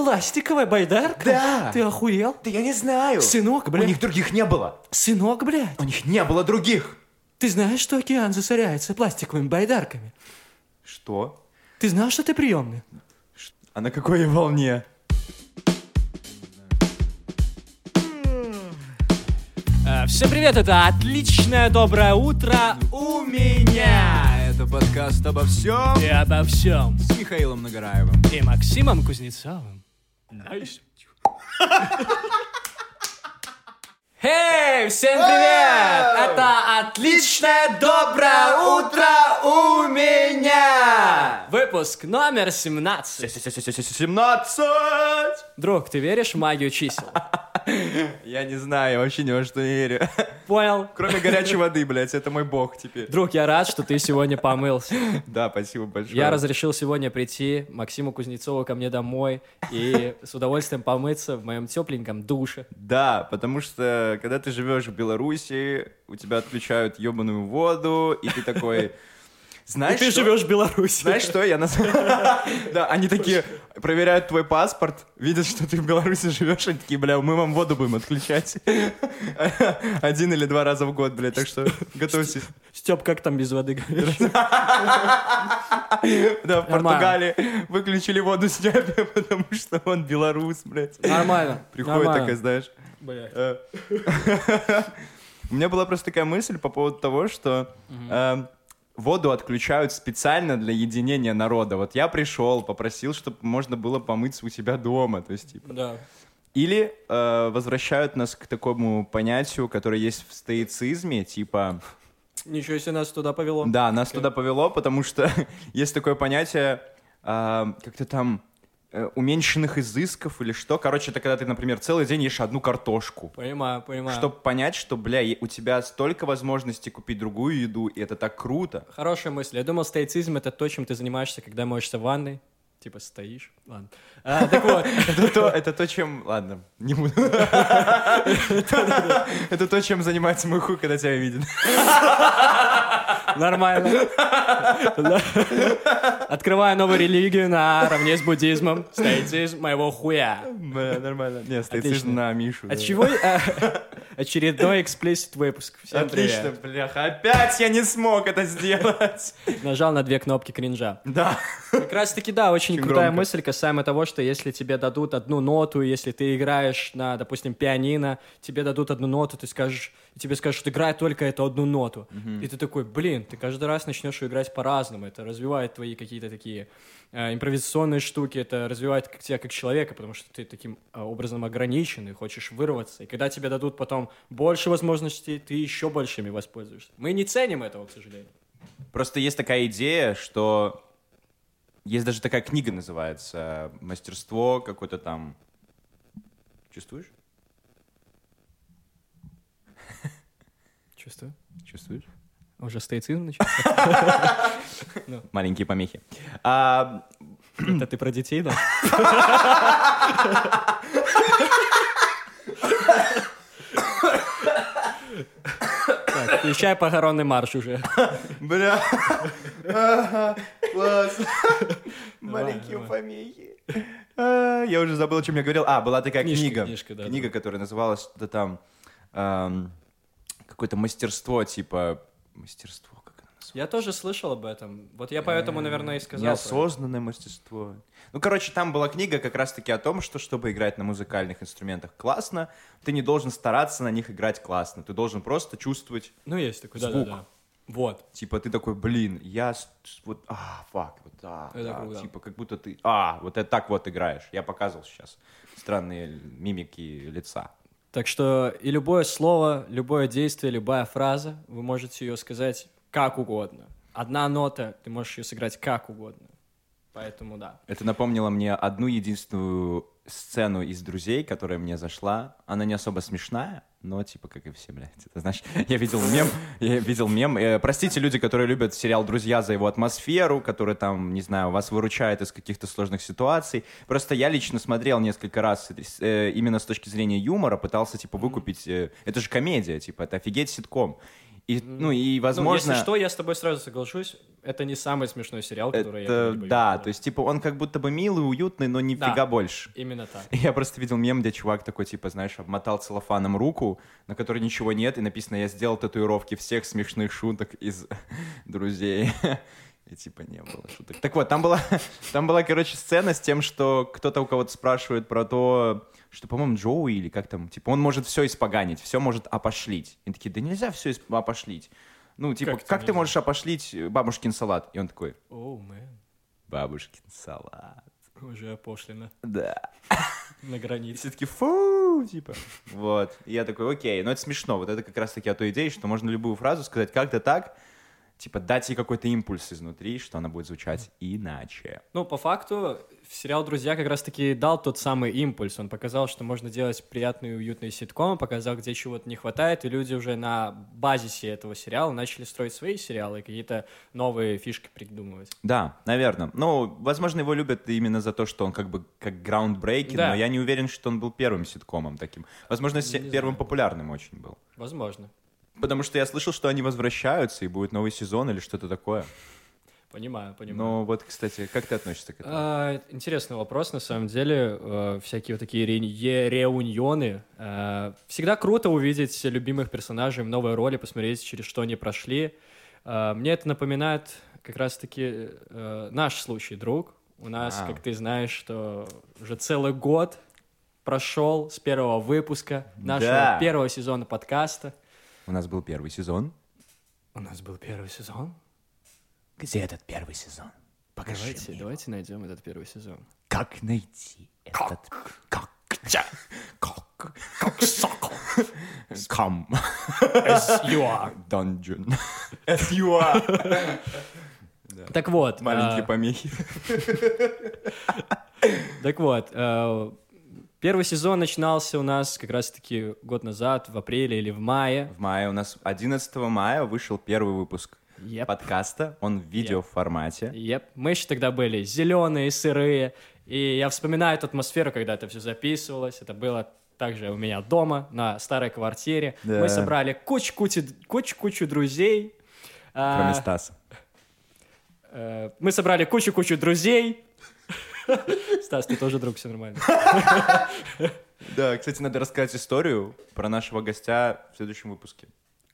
Пластиковая байдарка? Да. Ты охуел? Да я не знаю. Сынок, У блядь. них других не было. Сынок, блядь. У них не было других. Ты знаешь, что океан засоряется пластиковыми байдарками? Что? Ты знал, что ты приемный? А на какой я волне? Всем привет, это отличное доброе утро у меня. Это подкаст обо всем И обо всем. с Михаилом Нагораевым. И Максимом Кузнецовым. Найс. Хей, всем привет! Это отличное доброе утро у меня! Выпуск номер 17. 17! Друг, ты веришь в магию чисел? Я не знаю, я вообще ни во что не верю. Понял? Кроме горячей воды, блядь, это мой бог теперь. Друг, я рад, что ты сегодня помылся. Да, спасибо большое. Я разрешил сегодня прийти Максиму Кузнецову ко мне домой и с удовольствием помыться в моем тепленьком душе. Да, потому что, когда ты живешь в Беларуси, у тебя отключают ебаную воду, и ты такой... Знаешь, И ты что? живешь в Беларуси. Знаешь что, Да, они такие проверяют твой паспорт, видят, что ты в Беларуси живешь, они такие, бля, мы вам воду будем отключать. 1 или 2 раза в год, блядь, так что готовьтесь. Степ, как там без воды говоришь? Да, в Португалии выключили воду Степе, потому что он белорус, блядь. Нормально. Приходит нормально. такая, знаешь... Блядь. У меня была просто такая мысль по поводу того, что воду отключают специально для единения народа. Вот я пришел, попросил, чтобы можно было помыться у себя дома, то есть типа. Да. Или возвращают нас к такому понятию, которое есть в стоицизме, типа. Ничего себе, нас туда повело. Да, нас туда повело, потому что есть такое понятие, как-то там. Уменьшенных изысков или что. Короче, это когда ты, например, целый день ешь одну картошку. Понимаю. Чтобы понять, что, бля, у тебя столько возможностей купить другую еду, и это так круто. Хорошая мысль. Я думал, стоицизм — это то, чем ты занимаешься, когда моешься в ванной. Типа стоишь. Ладно. Так вот. Это то, чем... Ладно, не буду. Это то, чем занимается мой хуй, когда тебя видит. Нормально. Открываю новую религию наравне с буддизмом. Стоицизм моего хуя. Бля, нормально. Не, стоицизм Отлично. на Мишу. От чего очередной эксплисит выпуск. Всем Отлично, привет. бляха. Опять я не смог это сделать. Нажал на 2 кнопки кринжа. Да. Как раз таки, да, очень Очень крутая громко. мысль касаемо того, что если тебе дадут одну ноту, если ты играешь на, допустим, пианино, тебе дадут одну ноту, ты скажешь, и тебе скажут, что играй только эту одну ноту. И ты такой, блин, ты каждый раз начнешь играть по-разному. Это развивает твои какие-то такие импровизационные штуки, это развивает тебя как человека, потому что ты таким образом ограничен и хочешь вырваться. И когда тебе дадут потом больше возможностей, ты еще большими воспользуешься. Мы не ценим этого, к сожалению. Просто есть такая идея, что... Есть даже такая книга, называется «Мастерство» какое-то там... Чувствуешь? Чувствую. Чувствуешь? Уже стоицизм начался? Маленькие помехи. Это ты про детей, да? Так, включай похоронный марш уже. Бля. Класс. Маленькие помехи. Я уже забыл, о чем я говорил. Была такая книга. Книжка, да. Книга, которая называлась что-то там... Какое-то мастерство, типа... Мастерство, как она называется? Я тоже слышал об этом. Вот я поэтому, наверное, и сказал. Неосознанное мастерство. Ну, короче, там была книга как раз-таки о том, что чтобы играть на музыкальных инструментах классно, ты не должен стараться на них играть классно. Ты должен просто чувствовать Ну, есть такой, звук. да. Вот. Типа ты такой, блин, вот, фак, вот, Это да, круто. типа как будто ты, вот это так вот играешь. Я показывал сейчас странные мимики лица. Так что и любое слово, любое действие, любая фраза, вы можете ее сказать как угодно. Одна нота, ты можешь ее сыграть как угодно. Поэтому да. Это напомнило мне одну единственную сцену из «Друзей», которая мне зашла. Она не особо смешная, но типа как и все, блядь. Это, знаешь, я видел мем. Простите, люди, которые любят сериал «Друзья» за его атмосферу, который там, не знаю, вас выручает из каких-то сложных ситуаций. Просто я лично смотрел несколько раз именно с точки зрения юмора, пытался типа выкупить... Это же комедия, типа, это офигеть ситком. И, и возможно... если что, я с тобой сразу соглашусь, это не самый смешной сериал, который я когда-либо видел. Да, то есть, типа, он как будто бы милый, уютный, но нифига больше. Именно так. Я просто видел мем, где чувак такой, типа, знаешь, обмотал целлофаном руку, на которой ничего нет, и написано: «Я сделал татуировки всех смешных шуток из «Друзей». И типа не было шуток. Так вот, там была, короче, сцена с тем, что кто-то у кого-то спрашивает про то, что, по-моему, Джоуи или как там, типа, он может все испоганить, все может опошлить. И такие: да нельзя все опошлить. Ну, типа, как ты можешь опошлить бабушкин салат? И он такой: бабушкин салат. Уже опошлено. Да. На границе. Все таки фу, типа. Вот. И я такой: окей, но это смешно. Вот это как раз-таки о той идее, что можно любую фразу сказать как-то так, типа, дать ей какой-то импульс изнутри, что она будет звучать иначе. Ну, по факту, сериал «Друзья» как раз-таки дал тот самый импульс. Он показал, что можно делать приятные и уютные ситкомы, показал, где чего-то не хватает, и люди уже на базисе этого сериала начали строить свои сериалы и какие-то новые фишки придумывать. Да, наверное. Ну, возможно, его любят именно за то, что он как бы как groundbreaking, но я не уверен, что он был первым ситкомом таким. Возможно, первым популярным очень был. Возможно. Потому что я слышал, что они возвращаются, и будет новый сезон или что-то такое. Понимаю. Ну вот, кстати, как ты относишься к этому? Интересный вопрос, на самом деле. Всякие вот такие реунионы. Всегда круто увидеть любимых персонажей в новой роли, посмотреть, через что они прошли. Мне это напоминает как раз-таки наш случай, друг. У нас, как ты знаешь, что уже целый год прошел с первого выпуска нашего первого сезона подкаста. У нас был первый сезон. Где этот первый сезон? Покажи мне. Давайте найдем этот первый сезон. Как найти этот... Как сокол. Come. As you are. Dungeon. As you are. Так вот. Маленькие помехи. Так вот. Первый сезон начинался у нас как раз-таки год назад, в апреле или в мае. В мае у нас 11 мая вышел первый выпуск подкаста. Он в видеоформате. Мы еще тогда были зеленые, сырые. И я вспоминаю эту атмосферу, когда это все записывалось. Это было также у меня дома, на старой квартире. Да. Мы собрали кучу друзей. Кроме Стаса. Мы собрали кучу друзей. Стас, ты тоже друг, все нормально. Да, кстати, надо рассказать историю про нашего гостя в следующем выпуске.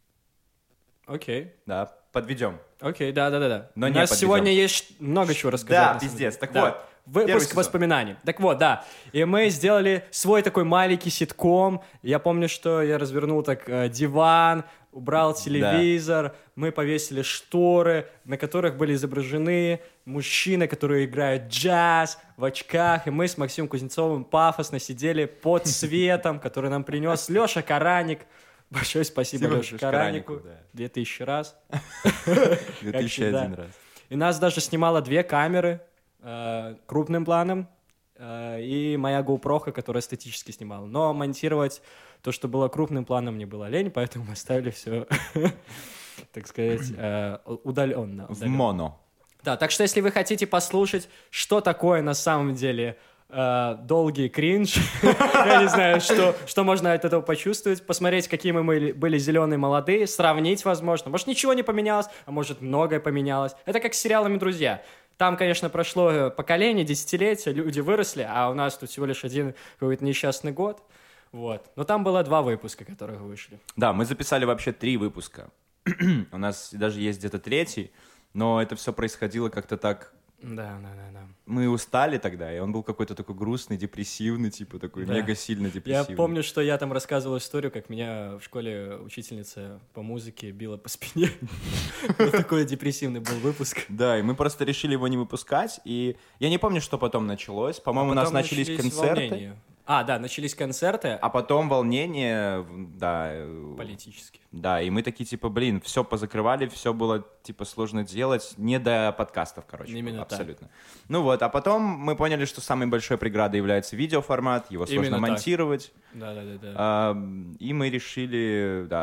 Окей. Да, подведем. Окей, да. Но у нас сегодня есть много чего рассказать. Да, пиздец. Так вот. Выпуск воспоминаний. Так вот, да. И мы сделали свой такой маленький ситком. Я помню, что я развернул так диван, убрал телевизор, мы повесили шторы, на которых были изображены мужчины, которые играют джаз в очках, и мы с Максимом Кузнецовым пафосно сидели под светом, который нам принес Леша Караник. Большое спасибо Леше Каранику. 2000 раз. 2001 раз. И нас даже снимало 2 камеры крупным планом, и моя GoPro, которая статически снимала. Но монтировать то, что было крупным планом, мне было лень, поэтому мы оставили все, так сказать, удаленно. В моно. Да, так что если вы хотите послушать, что такое на самом деле долгий кринж, я не знаю, что можно от этого почувствовать, посмотреть, какие мы были зеленые, молодые, сравнить, возможно. Может, ничего не поменялось, а может, многое поменялось. Это как с сериалами «Друзья». Там, конечно, прошло поколение, десятилетия, люди выросли, а у нас тут всего лишь один какой-то несчастный год. Вот. Но там было 2 выпуска, которые вышли. Да, мы записали вообще 3 выпуска. У нас даже есть где-то 3, но это все происходило как-то так... Да. Мы устали тогда, и он был какой-то такой грустный, депрессивный, типа такой мега сильно депрессивный. Я помню, что я там рассказывал историю, как меня в школе учительница по музыке била по спине. Вот такой депрессивный был выпуск. Да, и мы просто решили его не выпускать, и я не помню, что потом началось. По-моему, у нас начались концерты. Да, начались концерты. А потом волнение, да. Политически. Да, и мы такие, типа, все позакрывали, все было, типа, сложно делать, не до подкастов, короче. Именно абсолютно. Так. Ну вот, а потом мы поняли, что самой большой преградой является видеоформат, его сложно монтировать. Да. И мы решили,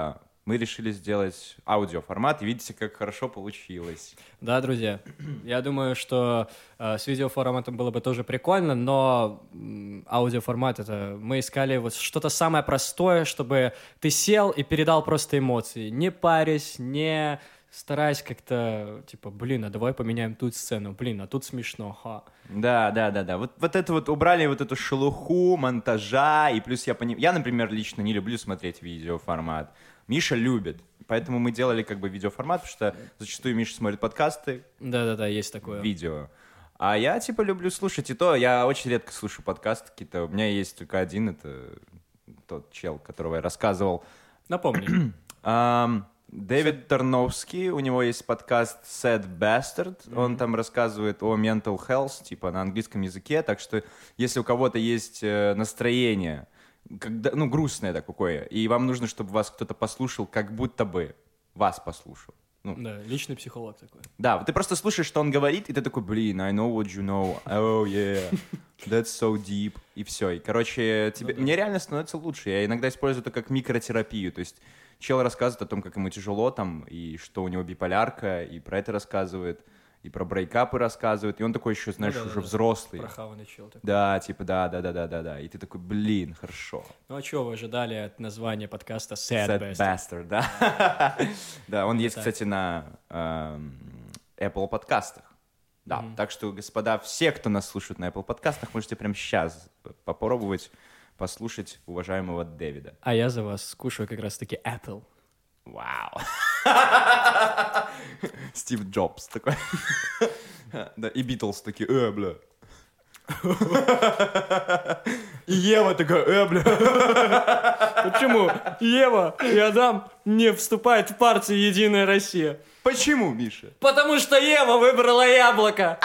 мы решили сделать аудиоформат, и видите, как хорошо получилось. Да, друзья, я думаю, что с видеоформатом было бы тоже прикольно, но аудиоформат — это мы искали вот что-то самое простое, чтобы ты сел и передал просто эмоции, не парясь, не стараясь как-то, типа, блин, а давай поменяем тут сцену, блин, а тут смешно, ха. Да. Вот это вот убрали вот эту шелуху монтажа, и плюс я, например, лично не люблю смотреть видеоформат. Миша любит, поэтому мы делали как бы видеоформат, потому что зачастую Миша смотрит подкасты. Да, есть такое. Видео. А я, типа, люблю слушать, и то я очень редко слушаю подкасты какие-то. У меня есть только один, это тот чел, которого я рассказывал. Напомни. Дэвид Тарновский, у него есть подкаст Sad Bastard, он там рассказывает о mental health, типа на английском языке, так что если у кого-то есть настроение, когда, ну, грустное такое, и вам нужно, чтобы вас кто-то послушал, как будто бы вас послушал. Ну, да, личный психолог такой. Да, ты просто слушаешь, что он говорит, и ты такой, блин, I know what you know, oh yeah, that's so deep, и все. И, короче, мне реально становится лучше. Я иногда использую это как микротерапию, то есть чел рассказывает о том, как ему тяжело там, и что у него биполярка, и про это рассказывает, и про брейкапы рассказывает, и он такой еще, знаешь, уже взрослый. Прохаванный чел такой. Да, типа, да, и ты такой, блин, хорошо. Ну а чего вы ожидали от названия подкаста Sad Bastard, да. Да, он есть, кстати, на Apple подкастах. Да, так что, господа, все, кто нас слушает на Apple подкастах, можете прямо сейчас попробовать послушать уважаемого Дэвида. А я за вас скушаю как раз-таки Apple. Вау. Стив Джобс такой. Да, и Битлз такие, бля. И Ева такая, бля. Почему Ева и Адам не вступают в партию «Единая Россия»? Почему, Миша? Потому что Ева выбрала яблоко.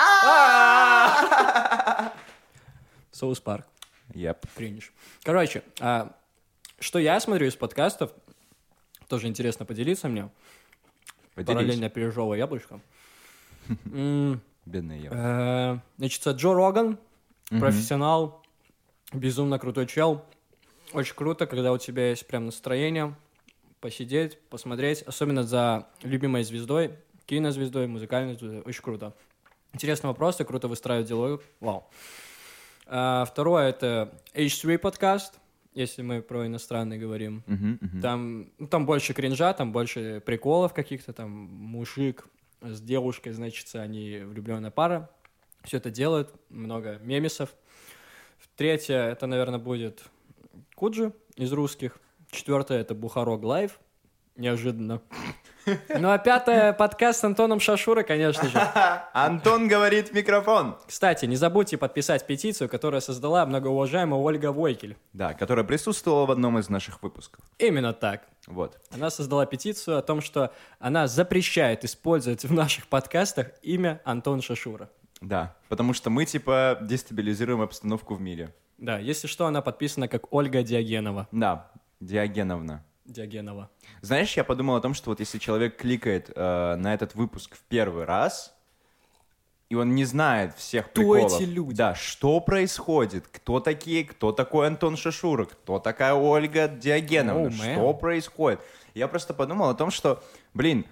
Соус Парк. Кринж. Короче, что я смотрю из подкастов, тоже интересно поделиться мне. Параллельно пережевывая яблочко. Бедная Ева. Значит, Джо Роган, профессионал, безумно крутой чел. Очень круто, когда у тебя есть прям настроение посидеть, посмотреть, особенно за любимой звездой, кинозвездой, музыкальной звездой. Очень круто. Интересный вопрос, и круто выстраивать диалог. Вау. Второе — это H3 подкаст, если мы про иностранный говорим. Там больше кринжа, там больше приколов каких-то, там мужик с девушкой, значит, они влюбленная пара. Все это делают, много мемесов. Третье — это, наверное, будет Куджи из русских. Четвертое — это Бухарог Лайв. Неожиданно. Ну а пятое — подкаст с Антоном Шашурой, конечно же. Антон говорит в микрофон. Кстати, не забудьте подписать петицию, которую создала многоуважаемая Ольга Войкель. Да, которая присутствовала в одном из наших выпусков. Именно так. Вот. Она создала петицию о том, что она запрещает использовать в наших подкастах имя Антон Шашура. Да, потому что мы, типа, дестабилизируем обстановку в мире. Да, если что, она подписана как Ольга Диогенова. Да, Диогеновна. Диогенова. Знаешь, я подумал о том, что вот если человек кликает на этот выпуск в первый раз, и он не знает всех приколов. Кто эти люди? Да, что происходит, кто такой Антон Шашура, кто такая Ольга Диогеновна, что происходит. Я просто подумал о том, что, блин,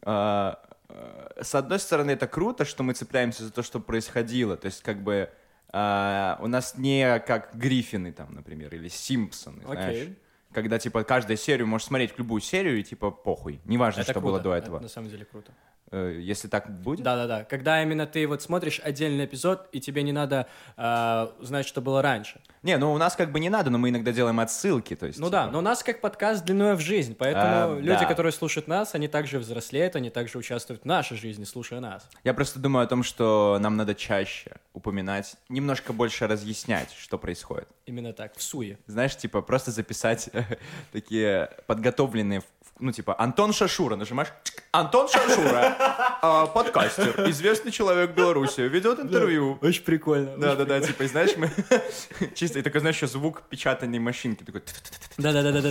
с одной стороны, это круто, что мы цепляемся за то, что происходило, то есть как бы у нас не как Гриффины там, например, или Симпсоны, знаешь. Когда, типа, каждую серию можешь смотреть любую серию и, типа, похуй. Неважно, это что круто. Было до этого. Это на самом деле круто. Если так будет? Да. Когда именно ты вот смотришь отдельный эпизод, и тебе не надо знать, что было раньше. Не, ну у нас как бы не надо, но мы иногда делаем отсылки. То есть, ну типа... да, но у нас как подкаст длиной в жизнь, поэтому люди, которые слушают нас, они также взрослеют, они также участвуют в нашей жизни, слушая нас. Я просто думаю о том, что нам надо чаще упоминать, немножко больше разъяснять, что происходит. Именно так, в суе. Знаешь, типа просто записать такие подготовленные, ну типа Антон Шашура, нажимаешь, Антон Шашура, подкастер, известный человек в Беларуси, ведет интервью. Очень прикольно. Да, типа, знаешь, мы чисто, и такой, знаешь, еще звук печатанной машинки, такой. Да.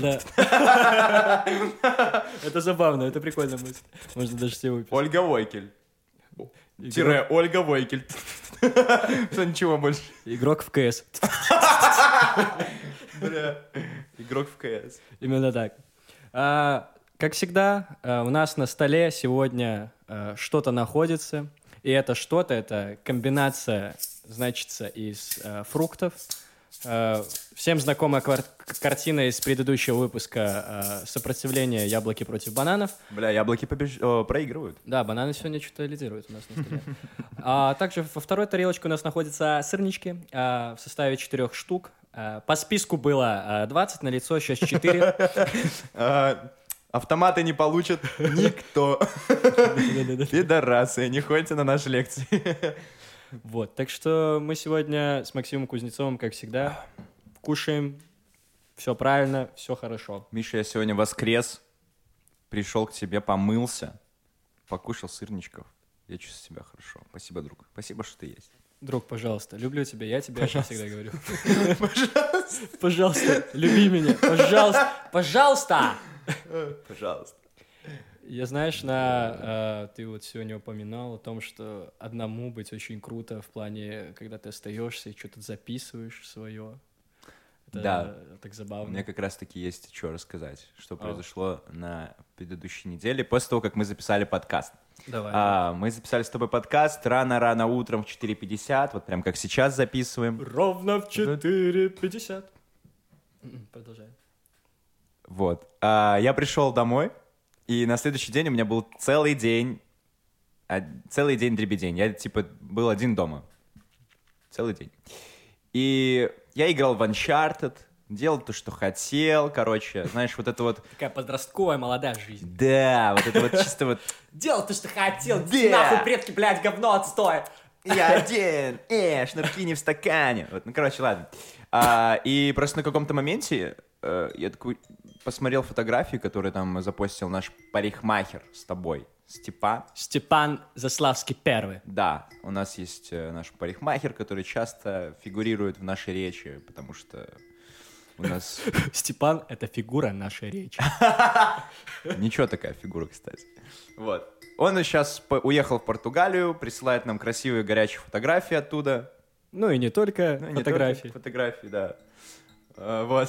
Это забавно, это прикольно. Можно даже себе выписать. Ольга Войкель. Ольга Войкель. Что, ничего больше. Игрок в КС. Бля, игрок в КС. Именно так. Как всегда, у нас на столе сегодня что-то находится, и это что-то, это комбинация, значится, из фруктов. Всем знакома картина из предыдущего выпуска «Сопротивление яблоки против бананов». Бля, яблоки проигрывают. Да, бананы сегодня что-то лидируют у нас на столе. А также во второй тарелочке у нас находятся сырнички в составе 4 штук. По списку было 20, на лицо сейчас 4. Автоматы не получат никто. Пидорасы, не ходите на наши лекции. Вот, так что мы сегодня с Максимом Кузнецовым, как всегда, кушаем, все правильно, все хорошо. Миша, я сегодня воскрес, пришел к тебе, помылся, покушал сырничков. Я чувствую себя хорошо. Спасибо, друг. Спасибо, что ты есть. Друг, пожалуйста, люблю тебя, я тебе это всегда говорю. Пожалуйста. Пожалуйста, люби меня, пожалуйста, пожалуйста. Пожалуйста. Я, знаешь, ты вот сегодня упоминал о том, что одному быть очень круто в плане, когда ты остаешься и что-то записываешь свое. Это да. Так забавно. У меня как раз-таки есть что рассказать, что произошло на предыдущей неделе, после того, как мы записали подкаст. Давай. Мы записали с тобой подкаст рано-рано утром в 4:50, вот прям как сейчас записываем. Ровно в 4:50. Продолжай. Вот. Я пришел домой, и на следующий день у меня был целый день дребедень. Я, был один дома. Целый день. И я играл в Uncharted, делал то, что хотел, короче, знаешь, вот это вот... Такая подростковая молодая жизнь. Да, вот это вот чисто вот... Делал то, что хотел, Да. нахуй, предки, блядь, говно отстой. Я один, шнурки не в стакане. Вот, ну, короче, ладно. И просто на каком-то моменте я такой посмотрел фотографии, которые там запостил наш парикмахер с тобой, Степан Заславский первый. Да, у нас есть наш парикмахер, который часто фигурирует в нашей речи, потому что у нас... Степан — это фигура нашей речи. Ничего такая фигура, кстати. Вот. Он сейчас уехал в Португалию, присылает нам красивые горячие фотографии оттуда. Ну и не только фотографии. Фотографии, да. Вот.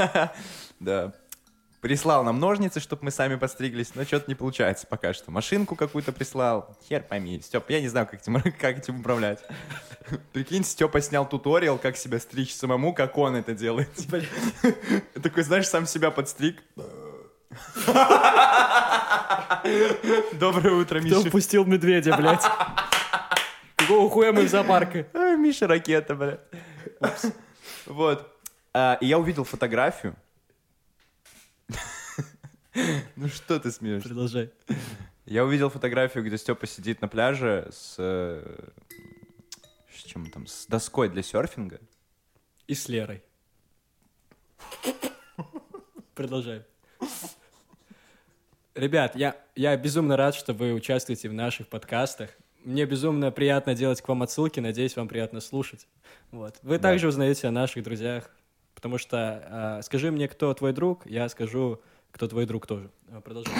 Да. Прислал нам ножницы, чтобы мы сами подстриглись, но что-то не получается пока что. Машинку какую-то прислал. Хер пойми. Степ, я не знаю, как этим управлять. Прикинь, Степа снял туториал, как себя стричь самому, как он это делает. Такой, знаешь, сам себя подстриг. Доброе утро, Миша. Кто впустил медведя, блядь? Какого хуя мы в зоопарке? Ой, Миша, ракета, блядь. Вот. И я увидел фотографию. Ну что ты смеешься? Продолжай. Я увидел фотографию, где Степа сидит на пляже с чем там, с доской для серфинга. И с Лерой. Продолжай. Ребят, я безумно рад, что вы участвуете в наших подкастах. Мне безумно приятно делать к вам отсылки, надеюсь, вам приятно слушать. Вот. Вы также узнаете о наших друзьях, потому что скажи мне, кто твой друг, я скажу, кто твой друг тоже. Продолжай.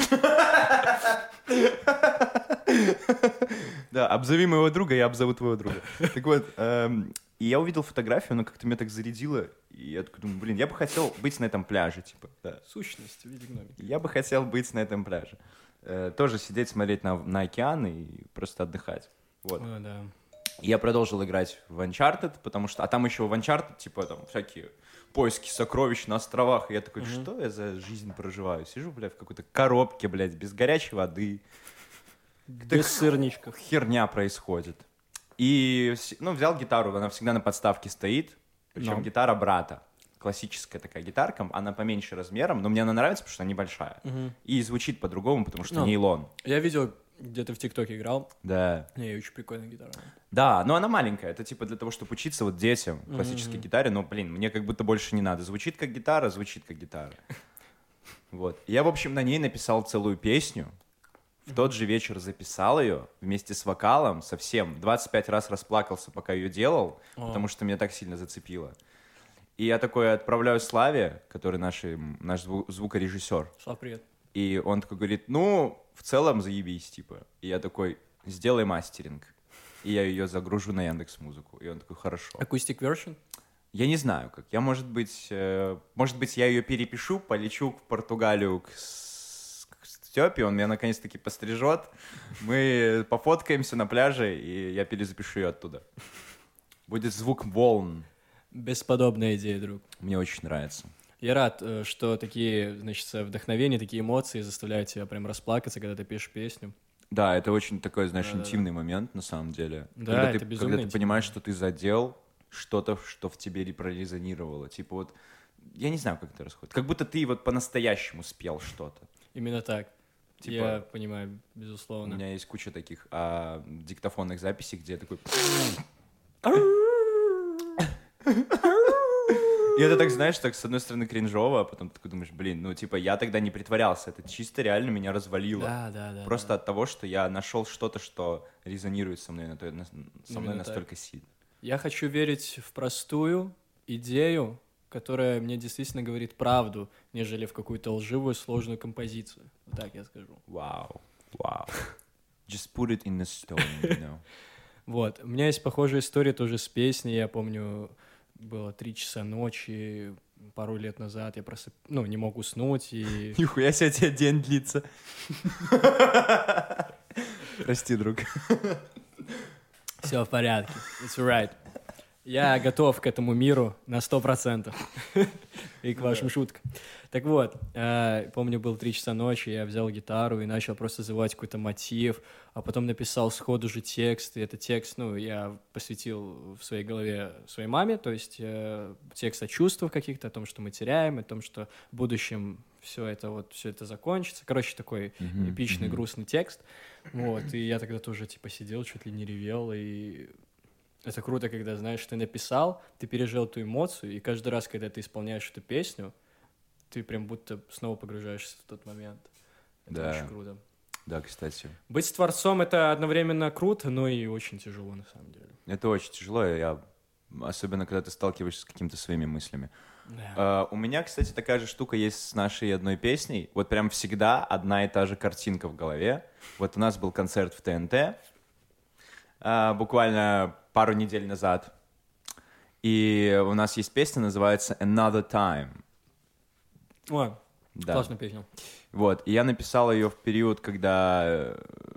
Да, обзови моего друга, я обзову твоего друга. Так вот, и я увидел фотографию, она как-то меня так зарядила, и я такой думаю, блин, я бы хотел быть на этом пляже, типа. Да. Сущность в виде гномики. Я бы хотел быть на этом пляже. Тоже сидеть, смотреть на океан и просто отдыхать. Вот. О, да. Я продолжил играть в Uncharted, потому что... А там еще в Uncharted, типа, там, всякие поиски сокровищ на островах. И я такой, что я за жизнь проживаю? Сижу, блядь, в какой-то коробке, блядь, без горячей воды. Без сырничков. Херня происходит. И, ну, взял гитару, она всегда на подставке стоит. Причем гитара брата. Классическая такая гитарка, она поменьше размером, но мне она нравится, потому что она небольшая. И звучит по-другому, потому что нейлон. Я видел, где ты в ТикТоке играл. Да. Не, очень прикольная гитара. Да, но она маленькая. Это типа для того, чтобы учиться вот детям классической гитаре. Но, блин, мне как будто больше не надо. Звучит как гитара, звучит как гитара. Вот. Я, в общем, на ней написал целую песню. В тот же вечер записал ее вместе с вокалом совсем. 25 раз расплакался, пока ее делал, потому что меня так сильно зацепило. И я такой отправляю Славе, который наш звукорежиссер. Слав, привет. И он такой говорит, ну, в целом заебись, типа. И я такой, сделай мастеринг. И я ее загружу на Яндекс.Музыку. И он такой, хорошо. Acoustic version? Я не знаю, как. Может быть, я ее перепишу, полечу в Португалию к Степе, он меня наконец-таки пострижет, мы пофоткаемся на пляже, и я перезапишу ее оттуда. Будет звук волн. Бесподобная идея, друг. Мне очень нравится. Я рад, что такие, значит, вдохновения, такие эмоции заставляют тебя прям расплакаться, когда ты пишешь песню. Да, это очень такой, знаешь, интимный момент, на самом деле. Да, это безумно когда ты понимаешь, что ты задел что-то, что в тебе прорезонировало. Типа вот, я не знаю, как это расходит. Как будто ты вот по-настоящему спел что-то. Именно так. Типа, я понимаю, безусловно. У меня есть куча таких диктофонных записей, где я такой... И это так, знаешь, так с одной стороны кринжово, а потом ты такой думаешь, блин, ну типа я тогда не притворялся, это чисто реально меня развалило. Да. Просто от того, что я нашел что-то, что резонирует со мной, Именно настолько так. сильно. Я хочу верить в простую идею, которая мне действительно говорит правду, нежели в какую-то лживую, сложную композицию. Вот так я скажу. Вау. Just put it in the stone, you know. Вот. У меня есть похожая история тоже с песней. Я помню, было 3 часа ночи, пару лет назад. Я просто, не мог уснуть. И... Нихуя себе, тебе день длится. Прости, друг. Все в порядке. It's alright. Я готов к этому миру на 100%. И к вашим шуткам. Так вот, помню, было 3 часа ночи, я взял гитару и начал просто заводить какой-то мотив, а потом написал сходу же текст, и этот текст, я посвятил в своей голове своей маме, то есть текст о чувствах каких-то, о том, что мы теряем, о том, что в будущем все это закончится. Короче, такой эпичный, грустный текст. Вот, и я тогда тоже, сидел, чуть ли не ревел, и... Это круто, когда, знаешь, ты написал, ты пережил эту эмоцию, и каждый раз, когда ты исполняешь эту песню, ты прям будто снова погружаешься в тот момент. Это очень круто. Да, кстати. Быть творцом — это одновременно круто, но и очень тяжело, на самом деле. Это очень тяжело, особенно когда ты сталкиваешься с какими-то своими мыслями. Да. У меня, кстати, такая же штука есть с нашей одной песней. Вот прям всегда одна и та же картинка в голове. Вот у нас был концерт в ТНТ, буквально пару недель назад. И у нас есть песня, называется «Another Time». Ой, да. Классная песня. Вот, и я написал ее в период, когда...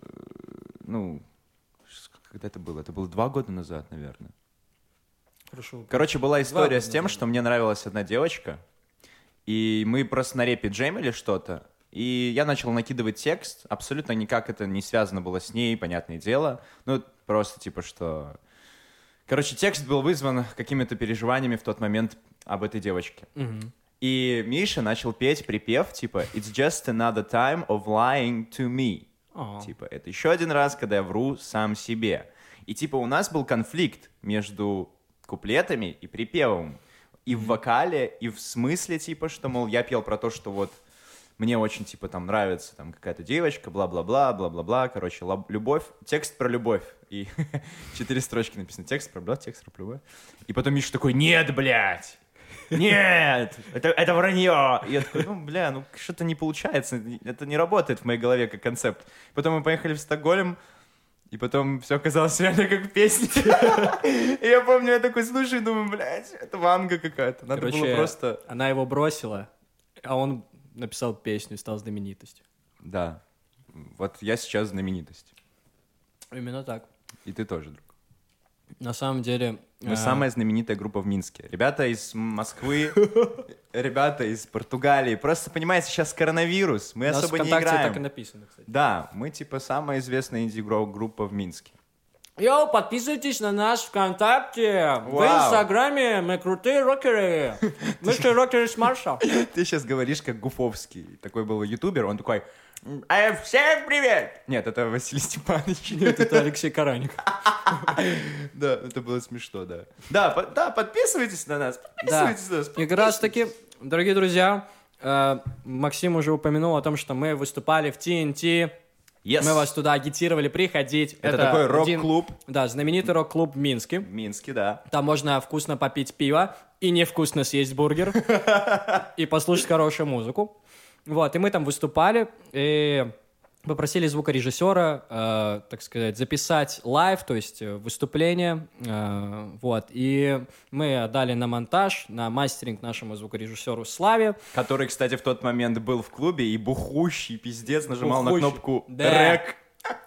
когда это было? Это было 2 года назад, наверное. Хорошо. Короче, была история с тем, что мне нравилась одна девочка, и мы просто на репе джемили что-то, и я начал накидывать текст, абсолютно никак это не связано было с ней, понятное дело, просто что... Короче, текст был вызван какими-то переживаниями в тот момент об этой девочке. Угу. И Миша начал петь припев, «It's just another time of lying to me». Это еще один раз, когда я вру сам себе. И у нас был конфликт между куплетами и припевом. И в вокале, и в смысле, что, мол, я пел про то, что вот мне очень, там нравится какая-то девочка, бла-бла-бла, бла-бла-бла, короче, любовь, текст про любовь. И 4 строчки написано, текст про любовь, текст про любовь. И потом Миша такой, нет, блядь, нет, это вранье. И я такой, что-то не получается, это не работает в моей голове как концепт. Потом мы поехали в Стокгольм, и потом все оказалось реально как в песне. И я помню, я такой слушаю и думаю, блядь, это ванга какая-то. Надо было просто... Она его бросила, а он написал песню и стал знаменитостью. Да. Вот я сейчас знаменитость. Именно так. И ты тоже, друг. На самом деле... Мы самая знаменитая группа в Минске. Ребята из Москвы, ребята из Португалии. Просто, понимаете, сейчас коронавирус, мы особо не играем. У нас ВКонтакте так и написано, кстати. Да, мы самая известная инди-группа в Минске. Йоу, подписывайтесь на наш ВКонтакте. В Инстаграме мы крутые рокеры. Мы что, рокеры с Марша. Ты сейчас говоришь как Гуфовский. Такой был ютубер, он такой... Всем привет! Нет, это Василий Степанович. Нет, это Алексей Караник. Да, это было смешно, да. Да, подписывайтесь на нас. Подписывайтесь на нас. И как раз таки, дорогие друзья, Максим уже упомянул о том, что мы выступали в TNT. Yes. Мы вас туда агитировали приходить. Это такой рок-клуб. Да, знаменитый рок-клуб в Минске. В Минске, да. Там можно вкусно попить пиво и невкусно съесть бургер. И послушать хорошую музыку. Вот, и мы там выступали, и попросили звукорежиссера, так сказать, записать лайв, то есть выступление, вот, и мы отдали на монтаж, на мастеринг нашему звукорежиссеру Славе. Который, кстати, в тот момент был в клубе и бухущий, пиздец, нажимал на кнопку Да. «Рек».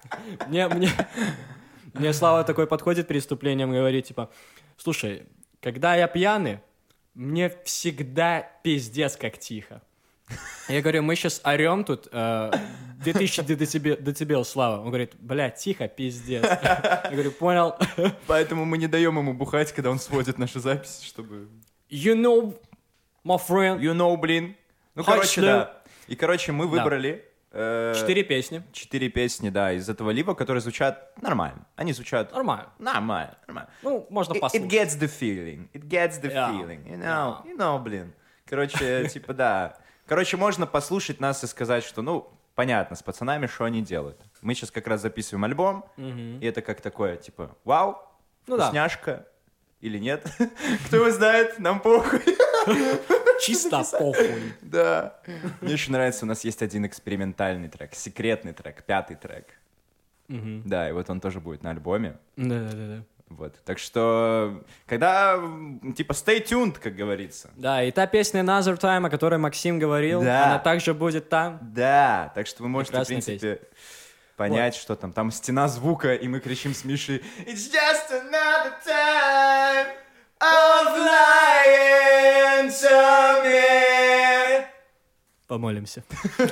Мне Слава такой подходит перед выступлением и говорит, типа, слушай, когда я пьяный, мне всегда пиздец как тихо. Я говорю, мы сейчас орем тут 2000 децибел, Слава. Он говорит, блядь, тихо, пиздец. Я говорю, понял. Поэтому мы не даем ему бухать, когда он сводит наши записи, чтобы... You know, my friend. You know, блин. Ну, короче, да. И, короче, мы выбрали... 4 песни. 4 песни, да, из этого лива, которые звучат нормально. Они звучат... Нормально. Нормально. Ну, можно It послушать. gets the feeling. It gets the Yeah. feeling. You know, блин. Короче, типа, да. Короче, можно послушать нас и сказать, что, ну, понятно, с пацанами, что они делают. Мы сейчас как раз записываем альбом, и это как такое, типа, вау, Ну да. вкусняшка или нет. Кто его знает, нам похуй. Чисто похуй. Да. Мне еще нравится, у нас есть один экспериментальный трек, секретный трек, 5-й трек. Да, и вот он тоже будет на альбоме. Да. Вот. Так что, когда, типа, stay tuned, как говорится. Да, и та песня Another Time, о которой Максим говорил, Да. она также будет там. Да, так что вы можете, Прекрасная в принципе, понять, что там. Там стена звука, и мы кричим с Мишей It's just another time of lying to me. Помолимся.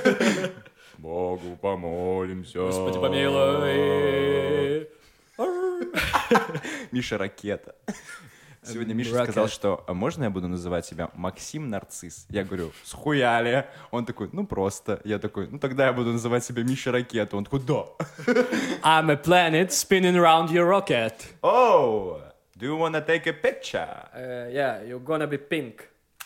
Богу помолимся. Господи, помилуй. Миша Ракета. Сегодня Миша Rocket. сказал, что «А можно я буду называть себя Максим Нарцисс?» Я говорю, схуяли? Он такой, ну просто. Я такой, ну тогда я буду называть себя Миша Ракета. Он такой, да. I'm a planet spinning around your rocket. Oh, do you wanna take a picture? Yeah, you're gonna be pink.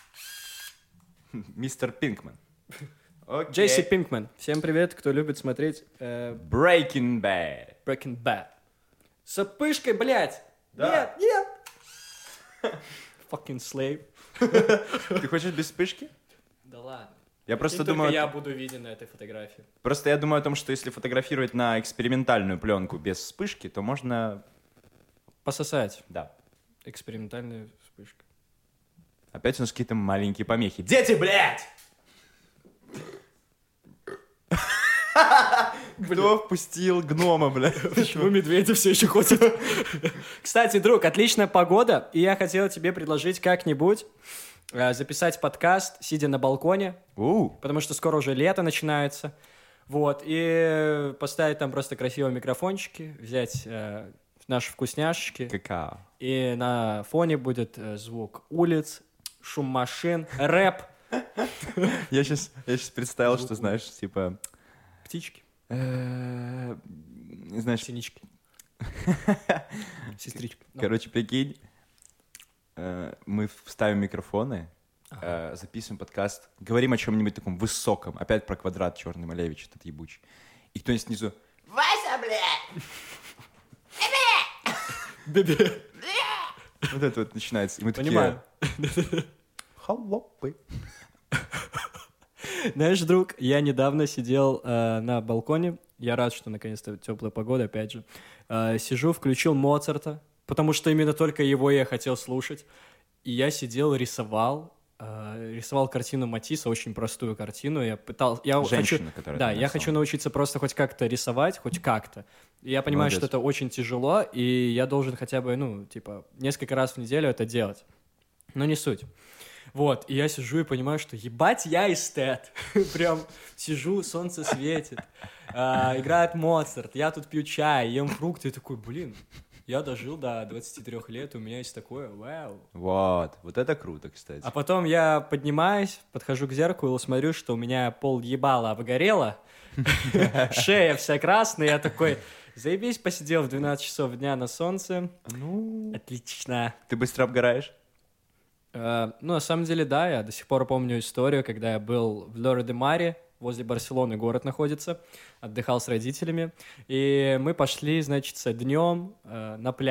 Мистер Пинкман. Окей. Джейси Пинкман. Всем привет, кто любит смотреть Breaking Bad. Breaking Bad. С пышкой, блядь. Да. Нет. Fucking slave. Ты хочешь без вспышки? Да ладно. Я просто Только думаю... я буду виден на этой фотографии. Просто я думаю о том, что если фотографировать на экспериментальную пленку без вспышки, то можно... Пососать. Да. Экспериментальная вспышка. Опять у нас какие-то маленькие помехи. Дети, блядь! Кто впустил гнома, блядь? Почему медведи все еще ходят? Кстати, друг, отличная погода, и я хотел тебе предложить как-нибудь записать подкаст, сидя на балконе, потому что скоро уже лето начинается. Вот, и поставить там просто красивые микрофончики, взять наши вкусняшечки. Какао. И на фоне будет звук улиц, шум машин, рэп. Я сейчас представил, что, знаешь, типа... Птички, Знаешь, синички, сестрички. короче, прикинь, мы вставим микрофоны, записываем подкаст, говорим о чем-нибудь таком высоком, опять про квадрат Черный Малевич, этот ебучий. И кто-нибудь снизу «Вася, блядь! Бебе. Вот это вот начинается. И мы Понимаю. такие «Холопы». Знаешь, друг, я недавно сидел на балконе. Я рад, что наконец-то теплая погода, опять же. Сижу, включил Моцарта, потому что именно только его я хотел слушать. И я сидел, рисовал картину Матисса, очень простую картину. Женщина, которая Да, там я хочу научиться просто хоть как-то рисовать, хоть как-то. И я понимаю, Молодец. что это очень тяжело, и я должен хотя бы, несколько раз в неделю это делать. Но не суть. Вот, и я сижу и понимаю, что ебать я эстет. Прям сижу, солнце светит, играет Моцарт, я тут пью чай, ем фрукты, и такой, блин, я дожил до 23 лет, у меня есть такое, вау. Вот это круто, кстати. А потом я поднимаюсь, подхожу к зеркалу, смотрю, что у меня пол ебала обгорело, шея вся красная, я такой, заебись, посидел в 12 часов дня на солнце. Ну, Отлично. ты быстро обгораешь? На самом деле, да, я до сих пор помню историю, когда я был в Лоре-де-Маре, возле Барселоны город находится, отдыхал с родителями, и мы пошли, значит, днем на пляж.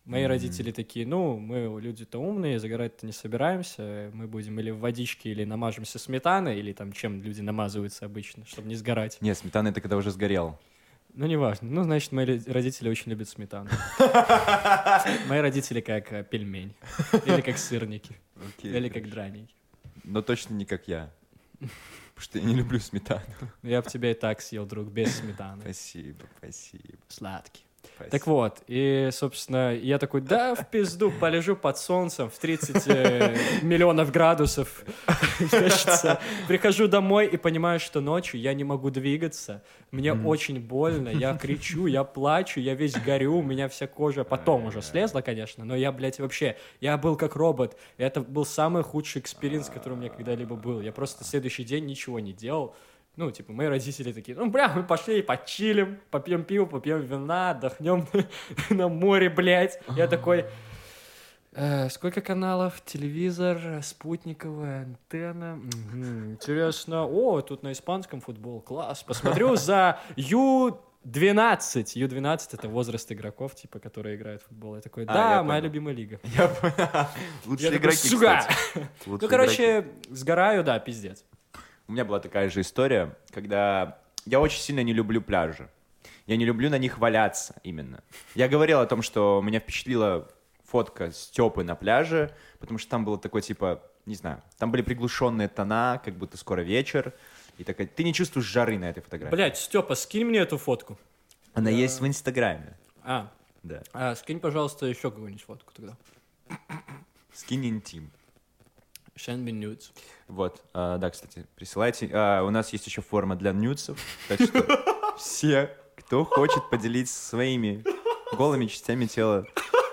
Мои родители такие, ну, мы люди-то умные, загорать-то не собираемся, мы будем или в водичке, или намажемся сметаной, или там чем люди намазываются обычно, чтобы не сгорать. Нет, сметана это когда уже сгорел. Ну, неважно. Ну, значит, мои родители очень любят сметану. Мои родители как пельмень. Или как сырники. Или как драники. Но точно не как я. Потому что я не люблю сметану. Я бы тебя и так съел, друг, без сметаны. Спасибо. Сладкий. Так вот, и, собственно, я такой, да, в пизду, полежу под солнцем в 30 миллионов градусов. Значит, прихожу домой и понимаю, что ночью я не могу двигаться, мне очень больно, я кричу, я плачу, я весь горю, у меня вся кожа потом уже слезла, конечно, но я, блядь, вообще, я был как робот. И это был самый худший экспириенс, который у меня когда-либо был. Я просто следующий день ничего не делал. Ну, типа, мои родители такие, ну, бля, мы пошли почилим, попьем пиво, попьем вина, отдохнем на море, блядь. Я такой, сколько каналов? Телевизор, спутниковая антенна. Интересно. О, тут на испанском футбол, класс. Посмотрю за Ю-12. Ю-12 — это возраст игроков, типа, которые играют в футбол. Я такой, да, моя любимая лига. Я понял. Лучшие игроки, кстати. Ну, короче, сгораю, да, пиздец. У меня была такая же история, когда я очень сильно не люблю пляжи. Я не люблю на них валяться именно. Я говорил о том, что меня впечатлила фотка Степы на пляже, потому что там было такое, типа, не знаю, там были приглушенные тона, как будто скоро вечер. И такая, ты не чувствуешь жары на этой фотографии. Блядь, Степа, скинь мне эту фотку. Она есть в Инстаграме. Да. Скинь, пожалуйста, еще какую-нибудь фотку тогда. Скинь интим. Send me nudes. Вот, да, кстати, присылайте. У нас есть еще форма для нюдсов, так что все, кто хочет поделиться своими голыми частями тела.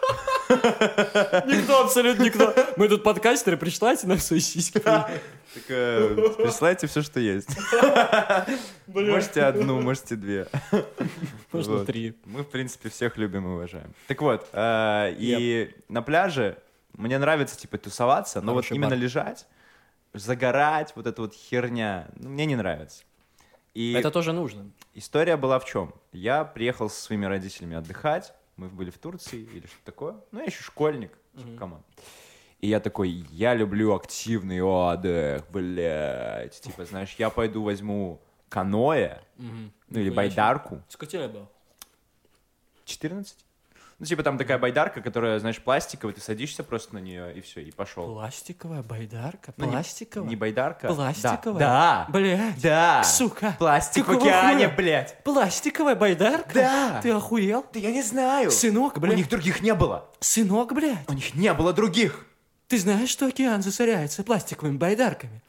Никто, абсолютно никто. Мы тут подкастеры, пришлайте нам свои сиськи. Так, присылайте все, что есть. Можете одну, можете две. Можно 3. Мы, в принципе, всех любим и уважаем. Так вот, и на пляже мне нравится, типа, тусоваться, но вот именно лежать, загорать, вот эта вот херня, мне не нравится. И это тоже нужно. История была в чем? Я приехал со своими родителями отдыхать, мы были в Турции или что-то такое, ну, я еще школьник, типа, камон. И я такой, я люблю активный отдых, блядь, типа, знаешь, я пойду возьму каноэ, ну, или байдарку. Сколько тебе было? 14. Ну, типа, там такая байдарка, которая, знаешь, пластиковая, ты садишься просто на нее, и все, и пошел. Пластиковая байдарка? Ну, пластиковая? Не байдарка. Пластиковая? Да. Блядь. Да. Сука. Пластик в океане, блядь. Пластиковая байдарка? Да. Ты охуел? Да я не знаю. Сынок, блядь. У них других не было. Сынок, блядь. У них не было других. Ты знаешь, что океан засоряется пластиковыми байдарками?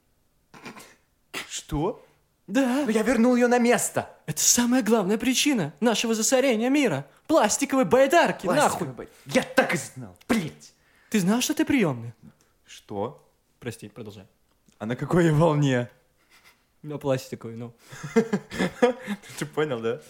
Что? Да. Но я вернул ее на место. Это самая главная причина нашего засорения мира. Пластиковые байдарки, нахуй. Я так и знал, блядь. Ты знал, что ты приемный? Что? Прости, продолжай. А на какой волне? На пластиковый, ну. Ты понял, да?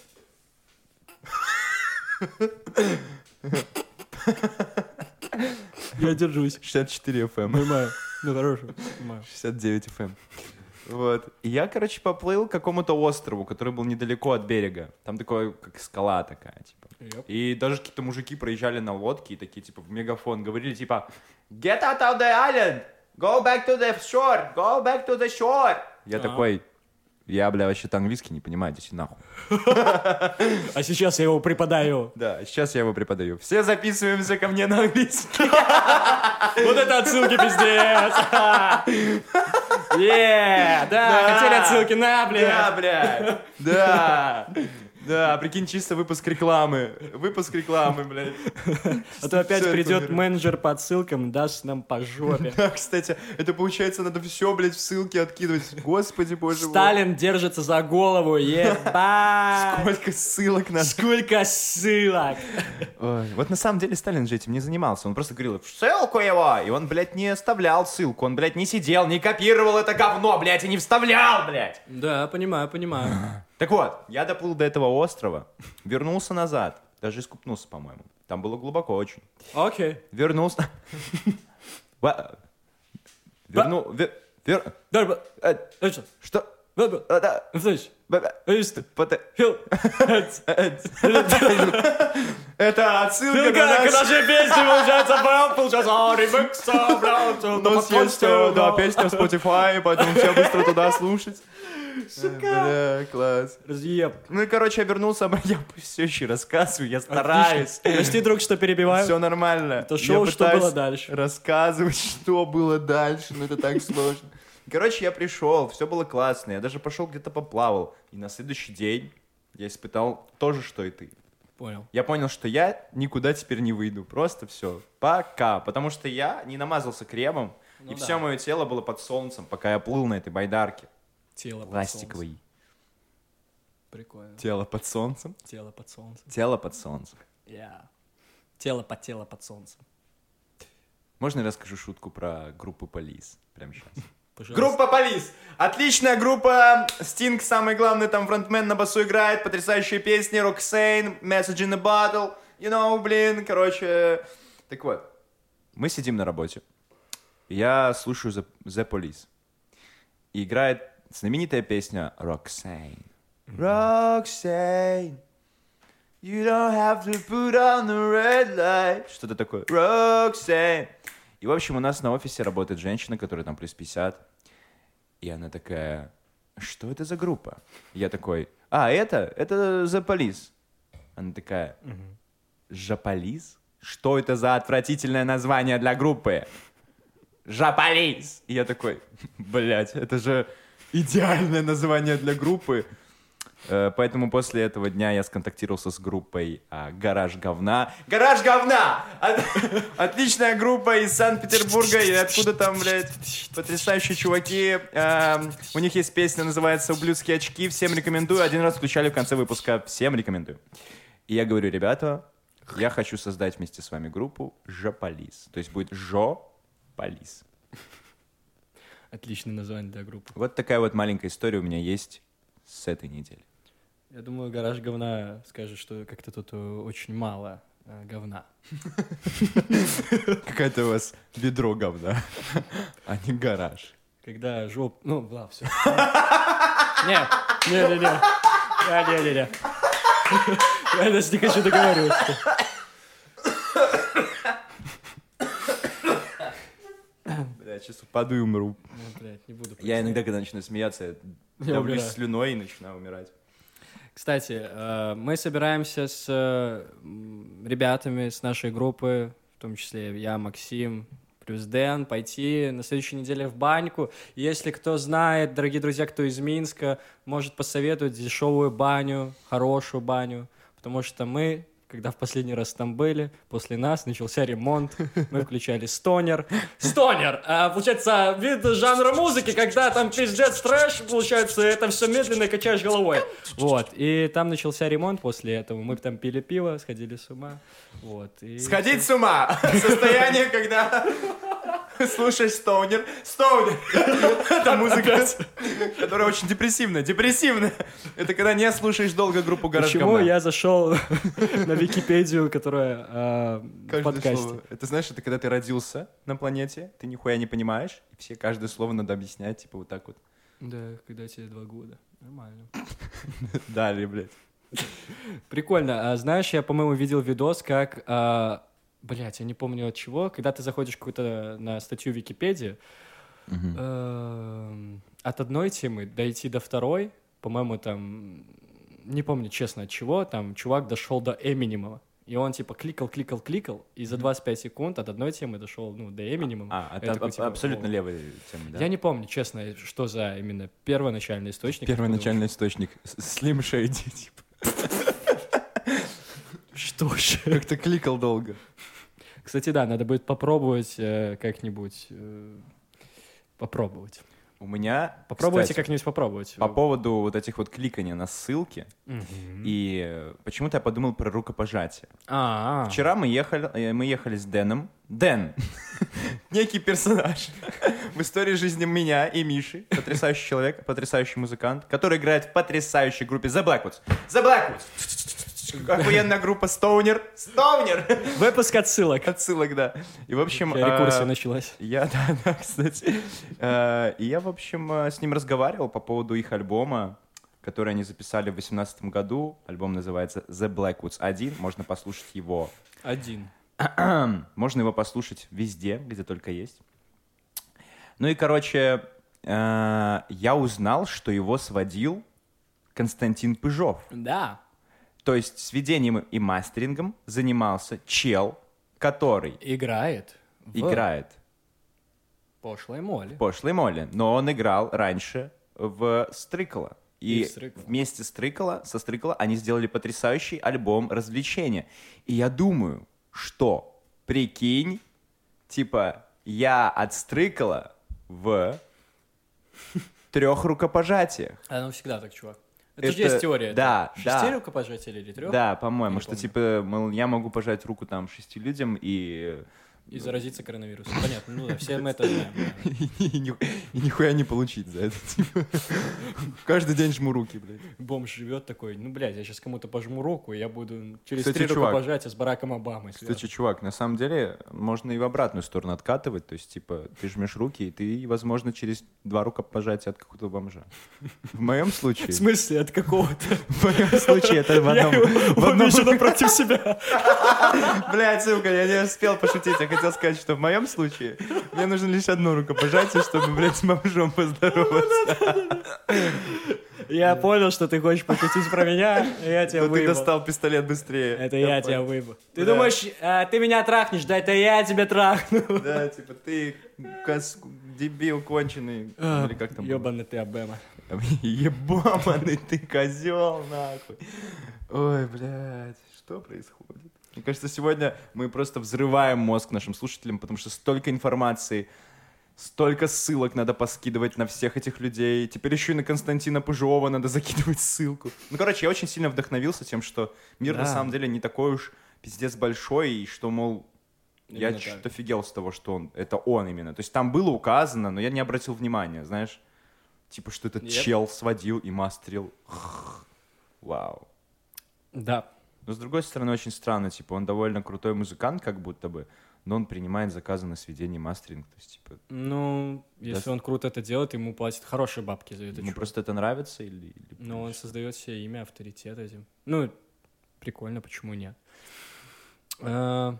Я держусь. 64 FM. Понимаю. Ну, хорошо. Понимаю. 69 FM. Вот. И я, короче, поплыл к какому-то острову, который был недалеко от берега. Там такое, как скала такая, типа. И даже какие-то мужики проезжали на лодке и такие, типа, в мегафон говорили, типа, get out of the island, go back to the shore, go back to the shore. Я такой, я, бля, вообще-то английский не понимаю, идите нахуй. А сейчас я его преподаю. Да, сейчас я его преподаю. Все записываемся ко мне на английский. Вот это отсылки, пиздец. Да, хотели отсылки, на, блядь. Да, блядь. Да. Да, прикинь, чисто выпуск рекламы. Выпуск рекламы, блядь. А то опять придет менеджер по отсылкам, даст нам по жопе. Да, кстати, это получается, надо все, блядь, в ссылки откидывать. Господи, боже мой. Сталин держится за голову, ебать. Сколько ссылок надо. Сколько ссылок. Ой, вот на самом деле Сталин же этим не занимался. Он просто говорил, в ссылку его. И он, блядь, не оставлял ссылку. Он, блядь, не сидел, не копировал это говно, блядь, и не вставлял, блядь. Да, понимаю. Так вот, я доплыл до этого острова, вернулся назад, даже искупнулся, по-моему. Там было глубоко очень. Окей. Вернулся. Что? Слышь, Это отсылка к нашей песне, получается, ремикс, нас есть, да, песня в Spotify, поэтому все быстро туда слушать. Бля, класс. Разъеб. Ну и, короче, я вернулся, я все еще рассказываю, я стараюсь. Прости, друг, что перебиваю. Все нормально. Это шоу, Я что пытаюсь было дальше. рассказывать, что было дальше, но это так сложно. Короче, я пришел, все было классно, я даже пошел где-то поплавал. И на следующий день я испытал то же, что и ты. Понял. Я понял, что я никуда теперь не выйду, просто все, пока. Потому что я не намазался кремом, и все мое тело было под солнцем, пока я плыл на этой байдарке. Тело Пластиковый. Прикольно. Тело под солнцем. Тело под солнцем. Тело под солнцем. Тело под солнцем. Можно я расскажу шутку про группу Полис прямо сейчас? Пожалуйста. Группа Полис. Отличная группа. Стинг, самый главный, там фронтмен на басу играет. Потрясающие песни. Роксейн, Message in a Bottle. You know, блин, короче. Так вот. Мы сидим на работе. Я слушаю The Police. И играет знаменитая песня Roxanne. Roxanne, you don't have to put on the red light. Что-то такое. Roxanne. И, в общем, у нас на офисе работает женщина, которая там плюс 50. И она такая, что это за группа? Я такой, это The Police. Она такая, Жаполис? Что это за отвратительное название для группы? Жаполис! И я такой, блядь, это же идеальное название для группы. Поэтому после этого дня я сконтактировался с группой «Гараж говна». «Гараж говна» Отличная группа из Санкт-Петербурга. И откуда там, блядь, потрясающие чуваки. У них есть песня, называется «Ублюдские очки». Всем рекомендую. Один раз включали в конце выпуска. Всем рекомендую. И я говорю, ребята, я хочу создать вместе с вами группу «Жополис». То есть будет «Жополис». Отличное название для группы. Вот такая вот маленькая история у меня есть с этой недели. Я думаю, гараж говна скажет, что как-то тут очень мало говна. Какая-то у вас ведро говна, а не гараж. Когда жоп... Ну, ладно, все. Не. Я даже не хочу договариваться. Бля, сейчас упаду и умру. Блядь, не буду. Я иногда, когда начинаю смеяться, я давлюсь слюной и начинаю умирать. Кстати, мы собираемся с ребятами с нашей группы, в том числе я, Максим, плюс Дэн, пойти на следующей неделе в баньку. Если кто знает, дорогие друзья, кто из Минска, может посоветовать дешевую баню, хорошую баню, потому что мы, когда в последний раз там были, после нас начался ремонт, мы включали стонер. Стонер! Получается, вид жанра музыки, когда там пиздец трэш, получается, это все медленно качаешь головой. Вот, и там начался ремонт после этого. Мы там пили пиво, сходили с ума. Вот, и... Сходить с ума! Состояние, когда слушаешь стонер. Стонер! Это музыка, которая очень депрессивная. Депрессивная! Это когда не слушаешь долго группу «Гараж говна». Почему я зашел на Википедию, которая в подкасте? Это, знаешь, это когда ты родился на планете, ты нихуя не понимаешь, и все каждое слово надо объяснять, типа вот так вот. Да, когда тебе 2 года. Нормально. Далее, блядь. Прикольно. Знаешь, я, по-моему, видел видос, как... Блять, я не помню от чего. Когда ты заходишь какую-то на статью в Википедии, от одной темы дойти до второй, по-моему, там... Не помню, честно, от чего. Там чувак дошел до Эминема. И он, типа, кликал, и за 25 секунд от одной темы дошел, до Эминема. Это такой, типа, абсолютно левая тема, да? Я не помню, честно, что за именно первоначальный источник. Первоначальный источник. Slim Shady, типа. Что же? Как-то кликал долго. Кстати, да, надо будет попробовать как-нибудь. Попробовать. У меня, Попробуйте кстати, как-нибудь попробовать. По поводу вот этих вот кликаний на ссылки, и почему-то я подумал про рукопожатие. Вчера мы ехали с Дэном. Дэн, некий персонаж в истории жизни меня и Миши, потрясающий человек, потрясающий музыкант, который играет в потрясающей группе The Blackwoods. The Blackwoods! Охуенная группа Стоунер. Стоунер! Выпуск отсылок. Отсылок, да. И, в общем... Рекурсия началась. Да, кстати. И я, в общем, с ним разговаривал по поводу их альбома, который они записали в 2018 году. Альбом называется The Blackwoods 1. Можно послушать его. 1. Можно его послушать везде, где только есть. Ну и, короче, я узнал, что его сводил Константин Пыжов. Да. То есть сведением и мастерингом занимался чел, который Играет Пошлой Молли. Но он играл раньше в Стрыкало. И Стрыкало. вместе со Стрыкало они сделали потрясающий альбом развлечения. И я думаю, что, прикинь, типа, я от Стрыкало в 3 рукопожатиях. Ну всегда так, чувак. Это же есть теория. Да, 6 рукопожатий или 3? Да, по-моему, Не что, помню. типа, мол, я могу пожать руку там 6 людям и... И заразиться коронавирусом. Понятно, ну да, все мы это знаем. Да. И нихуя не получить за это. Типа. Каждый день жму руки, блядь. Бомж живет такой, ну, блядь, я сейчас кому-то пожму руку, и я буду через Кстати, 3 чувак. рукопожатия с Бараком Обамой. Кстати, чувак, на самом деле можно и в обратную сторону откатывать. То есть, типа, ты жмешь руки, и ты, возможно, через 2 рукопожатия от какого-то бомжа. В моем случае... В смысле, от какого-то? В моем случае это в одном... вижу напротив себя. Блядь, сука, я не успел пошутить. Я хотел сказать, что в моем случае мне нужно лишь 1 рукопожатие, чтобы, блядь, с бомжом поздороваться. Я понял, что ты хочешь пошутить про меня, и я тебя Но ты выебал. достал пистолет быстрее. Это я тебя выебал. Ты Да. думаешь, ты меня трахнешь? Да это я тебя трахну. Да, типа, ты дебил конченый. Или как там было? Ёбаный ты Обама. Ебаный ты козел, нахуй. Ой, блядь, что происходит? Мне кажется, сегодня мы просто взрываем мозг нашим слушателям, потому что столько информации, столько ссылок надо поскидывать на всех этих людей. Теперь еще и на Константина Пыжова надо закидывать ссылку. Ну, короче, я очень сильно вдохновился тем, что мир Да. на самом деле не такой уж пиздец большой, и что, мол, я Именно что-то так. офигел с того, что это он именно. То есть там было указано, но я не обратил внимания, знаешь. Типа, что этот Yep. чел сводил и мастерил. Вау. Да. Но, с другой стороны, очень странно. Типа, он довольно крутой музыкант, как будто бы, но он принимает заказы на сведение и мастеринг. То есть, типа, Ну, если Да. он круто это делает, ему платят хорошие бабки за это. ему чувак. просто это нравится или... Но он создает себе имя, авторитет этим. Ну, прикольно, почему нет? У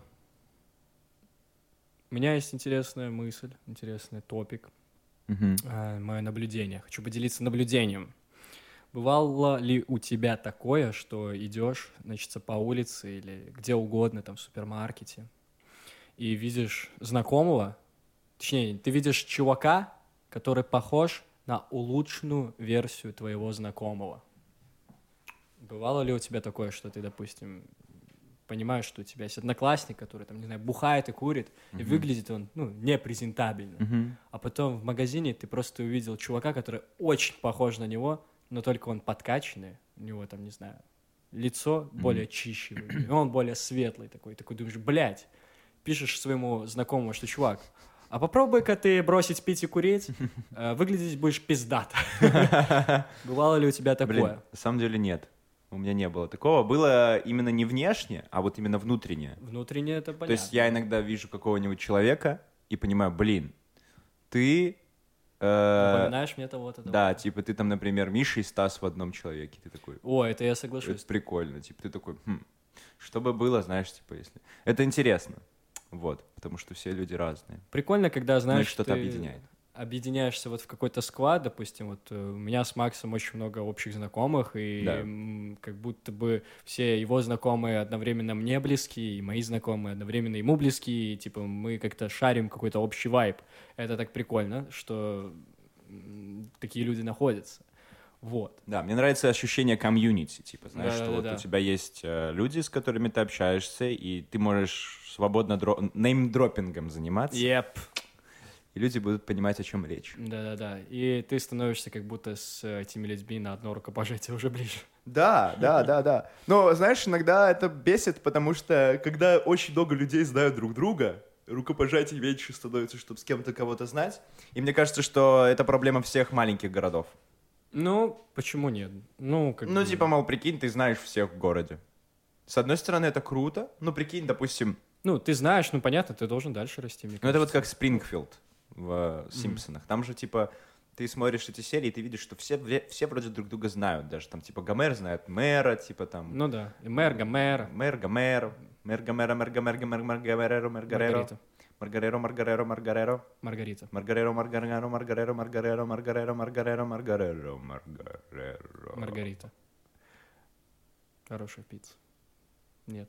меня есть интересная мысль, интересный топик, Мгм. мое наблюдение. Хочу поделиться наблюдением. Бывало ли у тебя такое, что идешь, значит, по улице или где угодно, там, в супермаркете, и видишь знакомого, точнее, ты видишь чувака, который похож на улучшенную версию твоего знакомого? Бывало ли у тебя такое, что ты, допустим, понимаешь, что у тебя есть одноклассник, который, там, не знаю, бухает и курит, и выглядит он, ну, непрезентабельно. Мгм. А потом в магазине ты просто увидел чувака, который очень похож на него, но только он подкачанный, у него там, не знаю, лицо более чище выглядит, он более светлый такой. Такой думаешь, блядь, пишешь своему знакомому, что, чувак, а попробуй-ка ты бросить пить и курить, выглядеть будешь пиздато. Бывало ли у тебя Блин, такое? на самом деле нет. У меня не было такого. Было именно не внешне, а вот именно внутренне. Внутренне это понятно. То есть я иногда вижу какого-нибудь человека и понимаю, блин, ты... Напоминаешь мне того-то. Да, типа ты там, например, Миша и Стас в одном человеке. Ты такой, О, это я соглашусь. это прикольно. Типа ты такой, что бы было, знаешь, типа если... Это интересно. Вот, потому что все люди разные. Прикольно, когда, Ну и знаешь, что-то ты объединяет. объединяешься вот в какой-то склад, допустим, вот у меня с Максом очень много общих знакомых, и Да. как будто бы все его знакомые одновременно мне близки, и мои знакомые одновременно ему близки, и типа мы как-то шарим какой-то общий вайб. Это так прикольно, что такие люди находятся. Вот. Да, мне нравится ощущение комьюнити, типа, знаешь, что вот Да-да-да. у тебя есть люди, с которыми ты общаешься, и ты можешь свободно неймдропингом заниматься, Еп. и люди будут понимать, о чем речь. Да-да-да. И ты становишься как будто с этими людьми на одно рукопожатие уже ближе. Да. Но, знаешь, иногда это бесит, потому что, когда очень много людей знают друг друга, рукопожатий меньше становится, чтобы с кем-то кого-то знать. И мне кажется, что это проблема всех маленьких городов. Ну, почему нет? Ну, как Ну, бы- типа, мол, прикинь, ты знаешь всех в городе. С одной стороны, это круто. Ну, прикинь, допустим... Ну, ты знаешь, ну, понятно, ты должен дальше расти, мне Ну, это вот кажется. как Спрингфилд в «Симпсонах». Там же, типа, ты смотришь эти серии, и ты видишь, что все вроде друг друга знают. Даже там, типа, Гомер знает мэра, типа, там... Ну да, и мэр, Гомер, Мэр, Гомер, мэр, Гомера, мэр, Гомер, Гомер, Маргареро, Маргареро. Маргарита. Маргареро, Маргареро, Маргареро. Маргарита. Маргареро, Маргареро, Маргареро, Маргареро, Маргареро, Маргареро, Маргареро, Маргареро. Маргарита. Хорошая пицца. Нет.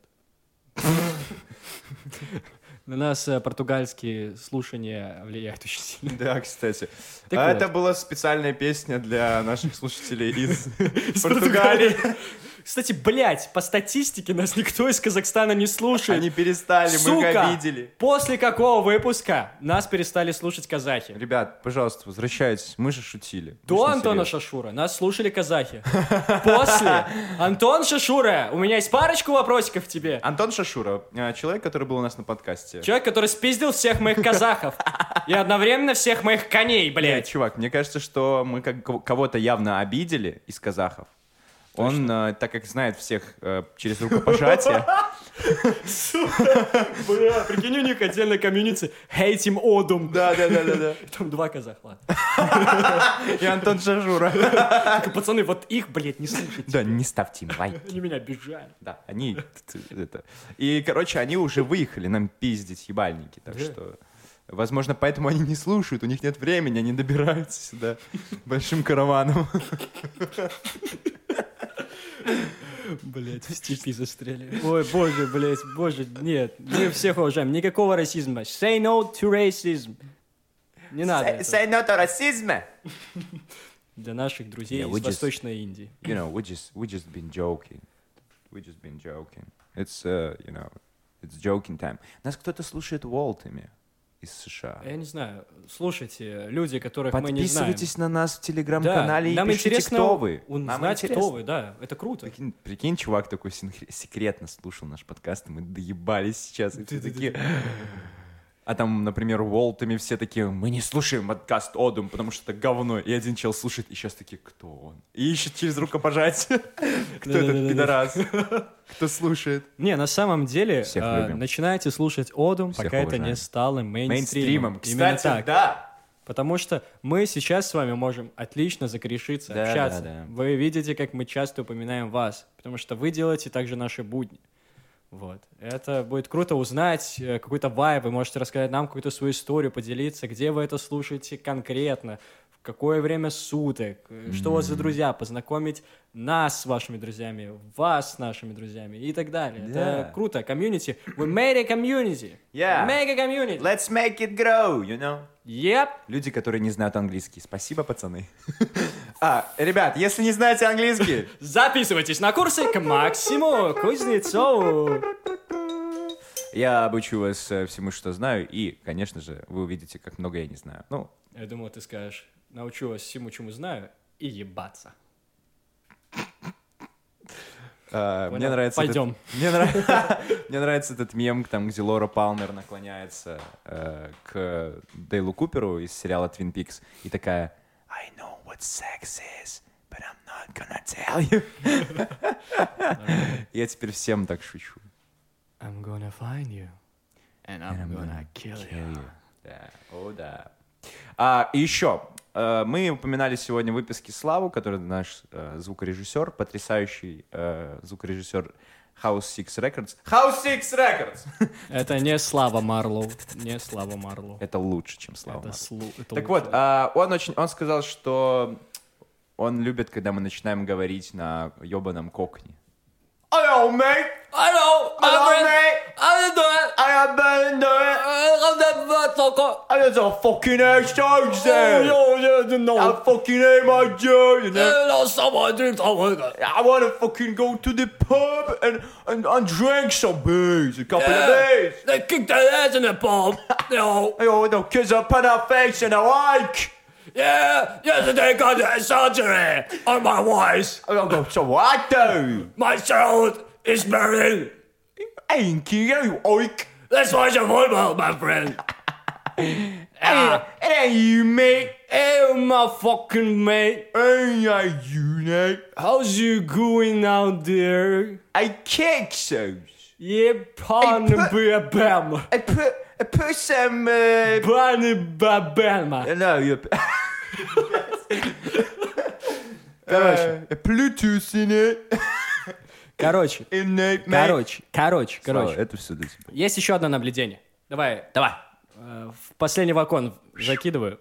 На нас португальские слушания влияют очень сильно. Да, кстати. Так А вот. это была специальная песня для наших слушателей из Португалии. Кстати, блядь, по статистике нас никто из Казахстана не слушает. Они перестали, мы их Сука! обидели. После какого выпуска нас перестали слушать казахи? Ребят, пожалуйста, возвращайтесь, мы же шутили. Мы До же не Антона серьезно. Шашура нас слушали казахи. После Антон Шашура, у меня есть парочку вопросиков к тебе. Антон Шашура, человек, который был у нас на подкасте. Человек, который спиздил всех моих казахов и одновременно всех моих коней, Нет, блядь. чувак, мне кажется, что мы кого-то явно обидели из казахов. Он, так как знает всех через рукопожатие, Бля, прикинь, у них отдельная комьюнити. Hate him Odum. да. Там 2 казаха, ладно. И Антон Шашура. Такой, пацаны, вот их, блядь, не слушайте. Да, не ставьте им лайки. Они меня обижают. Да, они это. И, короче, они уже выехали нам пиздить ебальники, так Да. что... Возможно, поэтому они не слушают, у них нет времени, они добираются сюда большим караваном. Блять, в степи застряли. Ой, боже, блять, боже, нет. Мы всех уважаем. Никакого расизма. Say no to racism. Не надо. этого. no to racism. Для наших друзей Yeah, из we just- Восточной Индии. You know, we just been joking. It's, it's joking time. Нас кто-то слушает волтами из США. Я не знаю. Слушайте, люди, которых мы не знаем. Подписывайтесь на нас в Да, телеграм-канале и нам пишите, интересно кто вы. узнать, кто интересно. вы, да. Это круто. Прикинь, чувак такой секретно слушал наш подкаст, и мы доебались сейчас. И все такие... А там, например, волтами все такие, мы не слушаем подкаст Одум, потому что это говно. И один чел слушает, и сейчас такие, кто он? И ищет через рукопожатие, кто этот Да-да-да-да. пидорас, кто слушает. Не, на самом деле, Всех любим. начинайте слушать Одум, Всех пока это уважаем. не стало мейнстримом. Мейнстримом. Именно Кстати, так. да. Потому что мы сейчас с вами можем отлично закорешиться, Да, общаться. да, да. Вы видите, как мы часто упоминаем вас, потому что вы делаете также наши будни. Вот. Это будет круто узнать какой-то вайб, вы можете рассказать нам какую-то свою историю, поделиться, где вы это слушаете конкретно, в какое время суток, что у вас за друзья, познакомить нас с вашими друзьями, вас с нашими друзьями и так далее. Да. Это круто. Комьюнити. We made a community. Yeah. Make a community. Let's make it grow, you know? Yep. Люди, которые не знают английский. Спасибо, пацаны. Ребят, если не знаете английский, Записывайтесь на курсы к Максиму Кузнецову. я обучу вас всему, что знаю, и, конечно же, вы увидите, как много я не знаю. Ну, Я думал, ты скажешь, научу вас всему, чему знаю, и ебаться. мне нравится... Пойдем. Мне нравится этот мем, там, где Лора Палмер наклоняется к Дейлу Куперу из сериала Twin Peaks и такая I know what sex is, but I'm not gonna tell you. Я теперь всем так шучу. I'm gonna find you, and I'm gonna kill you. Да, о да. И еще, мы упоминали сегодня в выпуске Славу, который наш звукорежиссер, потрясающий звукорежиссер House Six Records. House Six Records! Это не Слава Марлоу. Не Слава Марлоу. Это лучше, чем Слава. Это Так лучше. вот, он сказал, что он любит, когда мы начинаем говорить на ебаном кокне. Hello, mate! Hello, Hello, mate! How you doing? I am better than I just a fucking exchange there! I fucking hate my job, you know? I want to fucking go to the pub and drink some beers, a couple of beers. They kicked their ass in the pub. Oh, the kids are put our face in a like. Yeah, yesterday got a surgery on my voice. I go, so what do? My throat is burning. Ain't you, oik? Let's watch a football, my friend. It ain't you, mate. Hey, Hey, my fucking mate. Hey, you know, How's you going out there? I kick so. Yeah, pun Bama. I put some. Pun Bama. No, you. Короче. Bluetooth in it. Короче. Слава, это все для тебя. Есть еще одно наблюдение. Давай. В последний вагон закидываю.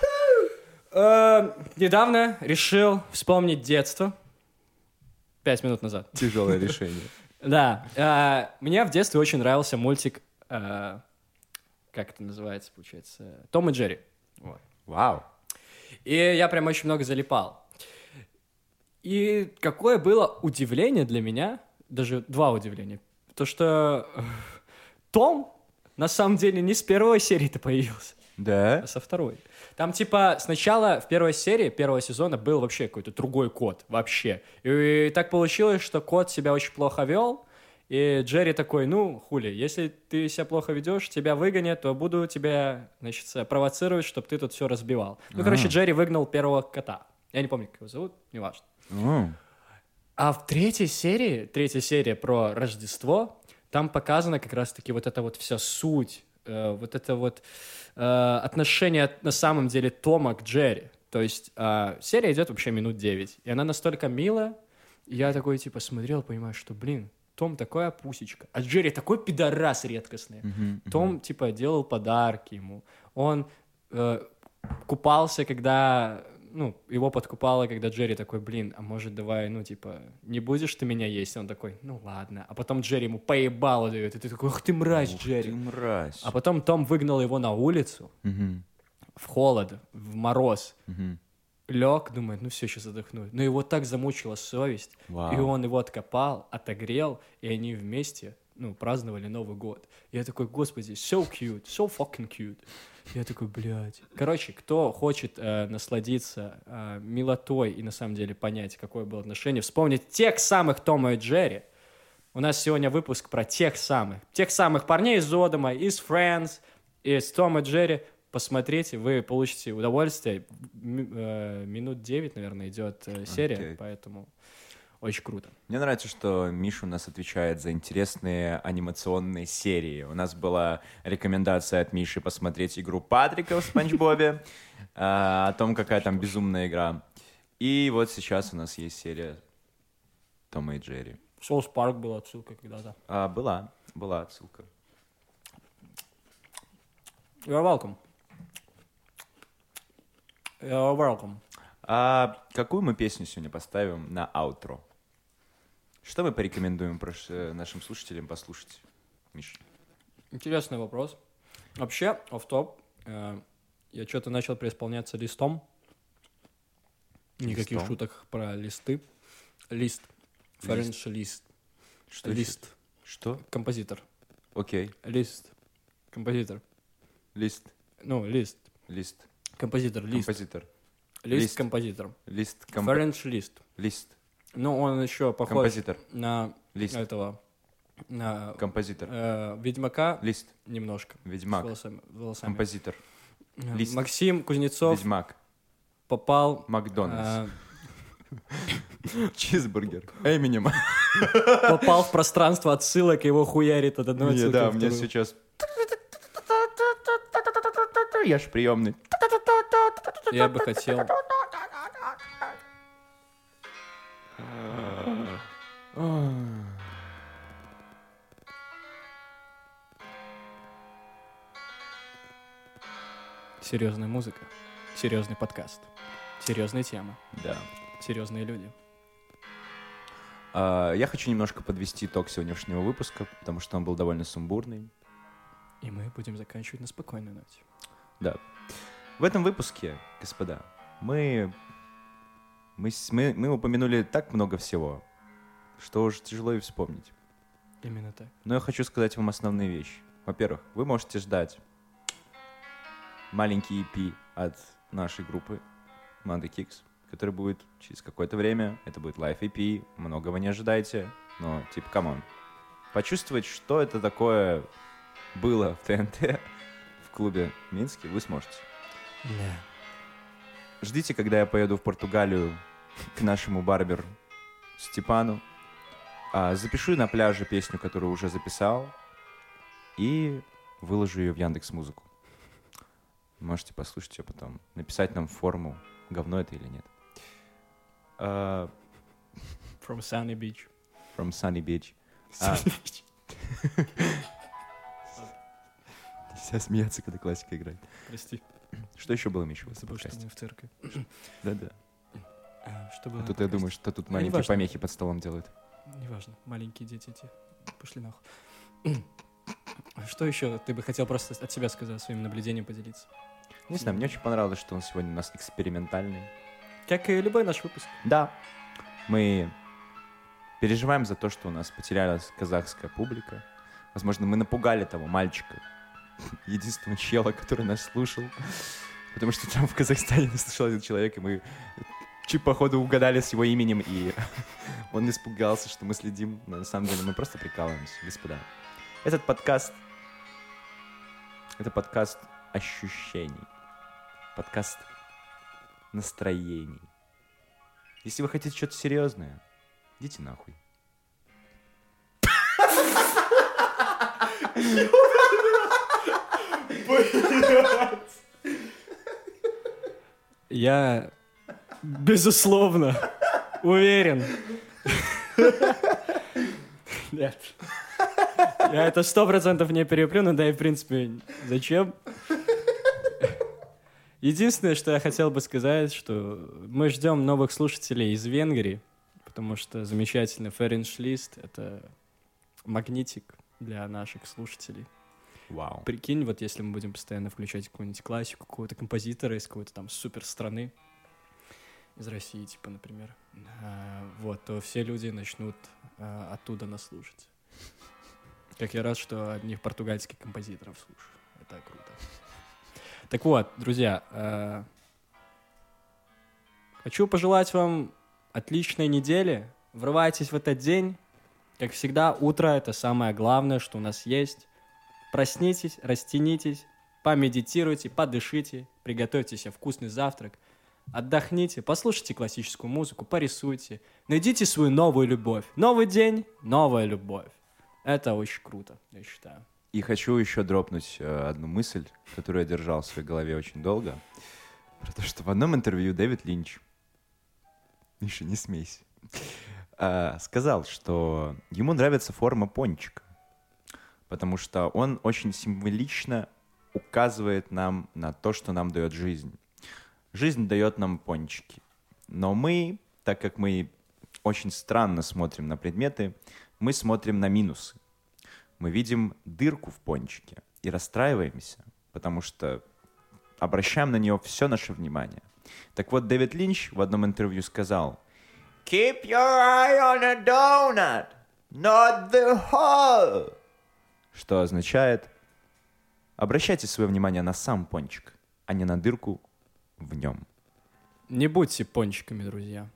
Недавно решил вспомнить детство. 5 минут назад. Тяжелое решение. Да. Мне в детстве очень нравился мультик, как это называется, получается, «Том и Джерри». Вот. Вау. И я прям очень много залипал. И какое было удивление для меня, даже 2 удивления. То, что Том на самом деле не с первой серии-то появился, Да? а со второй. Там типа сначала в первой серии первого сезона был вообще какой-то другой кот, вообще. И так получилось, что кот себя очень плохо вел, и Джерри такой, ну, хули, если ты себя плохо ведешь, тебя выгонят, то буду тебя, значит, провоцировать, чтобы ты тут все разбивал. Ну, короче, Джерри выгнал первого кота. Я не помню, как его зовут, неважно. А в третьей серии про Рождество, там показана как раз-таки вот эта вот вся суть, вот это вот отношение на самом деле Тома к Джерри. То есть серия идет вообще минут 9, и она настолько милая, и я такой типа смотрел, понимаю, что, блин, Том такая пусечка, а Джерри такой пидорас редкостный. Том типа делал подарки ему, он купался, когда... Ну, его подкупало, когда Джерри такой, блин, а может давай, ну, типа, не будешь ты меня есть? Он такой, ну, ладно. А потом Джерри ему поебало дает, и ты такой, ах ты мразь, Джерри. Ты мразь. А потом Том выгнал его на улицу, в холод, в мороз. Лег, думает, ну все, сейчас задохну. Но его так замучила совесть, и он его откопал, отогрел, и они вместе, ну, праздновали Новый год. И я такой, господи, so cute, so fucking cute. Я такой, блядь. Короче, кто хочет насладиться милотой и на самом деле понять, какое было отношение, вспомнить тех самых Тома и Джерри. У нас сегодня выпуск про тех самых парней из Зодома, из Friends, из Тома и Джерри. Посмотрите, вы получите удовольствие. Минут 9, наверное, идет серия, поэтому очень круто. Мне нравится, что Миша у нас отвечает за интересные анимационные серии. У нас была рекомендация от Миши посмотреть игру Патрика в Спанч Бобе, о том, какая там безумная игра. И вот сейчас у нас есть серия Тома и Джерри. Соус Парк была отсылка когда-то. Была отсылка. You're welcome. You're welcome. А какую мы песню сегодня поставим на аутро? Что мы порекомендуем нашим слушателям послушать, Миш? Интересный вопрос. Вообще, офф-топ, я что-то начал преисполняться листом. Никаких шуток про листы. Лист. Френч лист. Что? Лист. Что? Композитор. Окей. Лист. Композитор. Лист. Ну, лист. Лист. Композитор. Лист. Композитор. Лист композитор. Лист. Френч лист. Лист. Ну, он еще похож Композитор. на Лист. этого... На Композитор. Ведьмака. Лист. Немножко. Ведьмак. С волосами. Композитор. Лист. Максим Кузнецов Ведьмак. попал... Макдональдс. Чизбургер. Эминем. Попал в пространство отсылок, его хуярит от одной отсылки. Да, мне сейчас... Я ж приемный. Я бы хотел... Серьезная музыка, серьезный подкаст, серьезная тема, Да. серьезные люди. Я хочу немножко подвести итог сегодняшнего выпуска, потому что он был довольно сумбурный. И мы будем заканчивать на спокойной ноте. Да. В этом выпуске, господа, мы упомянули так много всего, что уже тяжело и вспомнить. Именно так. Но я хочу сказать вам основные вещи. Во-первых, вы можете ждать маленький EP от нашей группы Monday Kicks, который будет через какое-то время. Это будет live EP, многого не ожидайте, но типа, камон. Почувствовать, что это такое было в ТНТ в клубе в Минске, вы сможете. Да. Ждите, когда я поеду в Португалию к нашему барберу Степану. Запишу на пляже песню, которую уже записал, и выложу ее в Яндекс.Музыку. Можете послушать ее потом. Написать нам в форму, говно это или нет. From Sunny Beach. From Sunny Beach. Нельзя смеяться, когда классика играет. Прости. Что еще было, Миша? Забыл, что мы в церкви. Да-да. Что было? Тут я думаю, что тут маленькие помехи под столом делают. Неважно. Маленькие дети эти. Пошли нахуй. Что еще ты бы хотел просто от себя сказать, своим наблюдением поделиться? Не знаю, мне очень понравилось, что он сегодня у нас экспериментальный. Как и любой наш выпуск. Да. Мы переживаем за то, что у нас потерялась казахская публика. Возможно, мы напугали того мальчика, единственного чела, который нас слушал. Потому что там в Казахстане нас слушал один человек, и мы чуть походу угадали с его именем, и он испугался, что мы следим. Но на самом деле мы просто прикалываемся, господа. Это подкаст ощущений. Подкаст настроений. Если вы хотите что-то серьезное, идите нахуй. Я, безусловно, уверен. Нет. Я это 100% не переплюну, да и в принципе, зачем? Единственное, что я хотел бы сказать, что мы ждем новых слушателей из Венгрии, потому что замечательный Ferenc Liszt — это магнитик для наших слушателей. Вау. Прикинь, вот если мы будем постоянно включать какую-нибудь классику, какого-то композитора из какой-то там супер страны, из России, типа, например, вот, то все люди начнут оттуда нас слушать. Как я рад, что одних португальских композиторов слушаю. Это круто. Так вот, друзья, хочу пожелать вам отличной недели. Врывайтесь в этот день. Как всегда, утро — это самое главное, что у нас есть. Проснитесь, растянитесь, помедитируйте, подышите, приготовьте себе вкусный завтрак, отдохните, послушайте классическую музыку, порисуйте, найдите свою новую любовь. Новый день, новая любовь. Это очень круто, я считаю. И хочу еще дропнуть одну мысль, которую я держал в своей голове очень долго. Про то, что в одном интервью Дэвид Линч, Миша, не смейся, сказал, что ему нравится форма пончика, потому что он очень символично указывает нам на то, что нам дает жизнь. Жизнь дает нам пончики. Но мы, так как мы очень странно смотрим на предметы, мы смотрим на минусы. Мы видим дырку в пончике и расстраиваемся, потому что обращаем на нее все наше внимание. Так вот, Дэвид Линч в одном интервью сказал: «Keep your eye on a donut, not the hole». Что означает: обращайте свое внимание на сам пончик, а не на дырку в нем. Не будьте пончиками, друзья.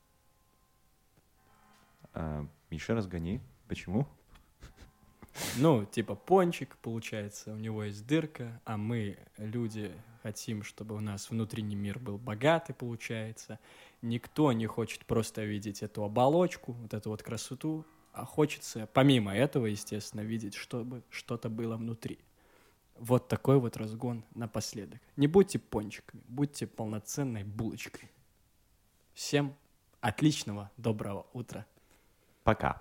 Миша, разгони. Почему? Ну, типа пончик, получается, у него есть дырка, а мы, люди, хотим, чтобы у нас внутренний мир был богатый, получается. Никто не хочет просто видеть эту оболочку, вот эту вот красоту, а хочется, помимо этого, естественно, видеть, чтобы что-то было внутри. Вот такой вот разгон напоследок. Не будьте пончиками, будьте полноценной булочкой. Всем отличного, доброго утра. Пока.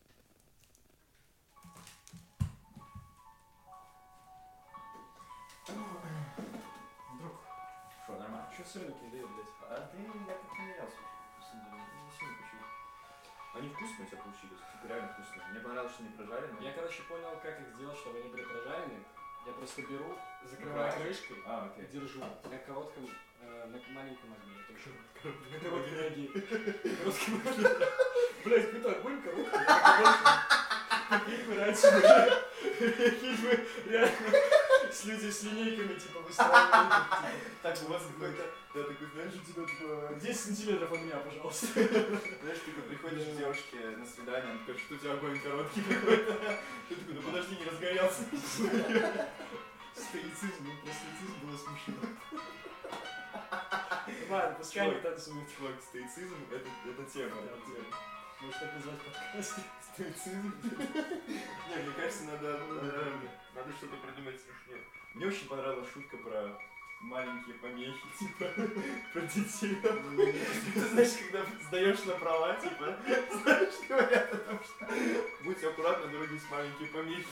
Что, нормально? Что сырники дают, блядь? А ты, я как-то не ел, не сильно хочу. Они вкусные у тебя получились, типа реально вкусные. Мне понравилось, что они прожарены. Я, короче, понял, как их сделать, чтобы они были прожарены. Я просто беру, закрываю крышкой, держу на коротком, на маленьком огне. Это еще на коротком огне. Коротком огне. Блядь, мы так будем коротким? Какие мы раньше были? Какие мы реально с людьми с линейками, типа, выстраивали. Так, у вас какой-то, да, такой, знаешь, у тебя, типа... 10 сантиметров от меня, пожалуйста. Знаешь, ты приходишь к девушке на свидание, она такая, что у тебя огонь короткий какой-то. Ты такой, да подожди, не разгорелся. Стоицизм, ну про стоицизм было смешно. Ладно, пускай не танцуют. Чувак, стоицизм — это тема. Может так назвать подкаст? Стоицизм? Не, мне кажется, надо что-то придумать смешнее. Мне очень понравилась шутка про маленькие помехи, типа, про детей. Ты знаешь, когда сдаешь на права, типа, знаешь, говорят о том, что будьте аккуратны, дороги с маленькие помехи.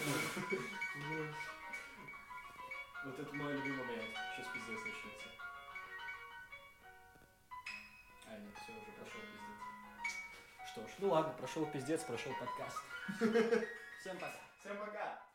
Вот это мой любимый момент. Сейчас пиздец начнется. А, нет, все, уже прошел пиздец. Что ж, ну ладно, прошел пиздец, прошел подкаст. Всем пока. Всем пока.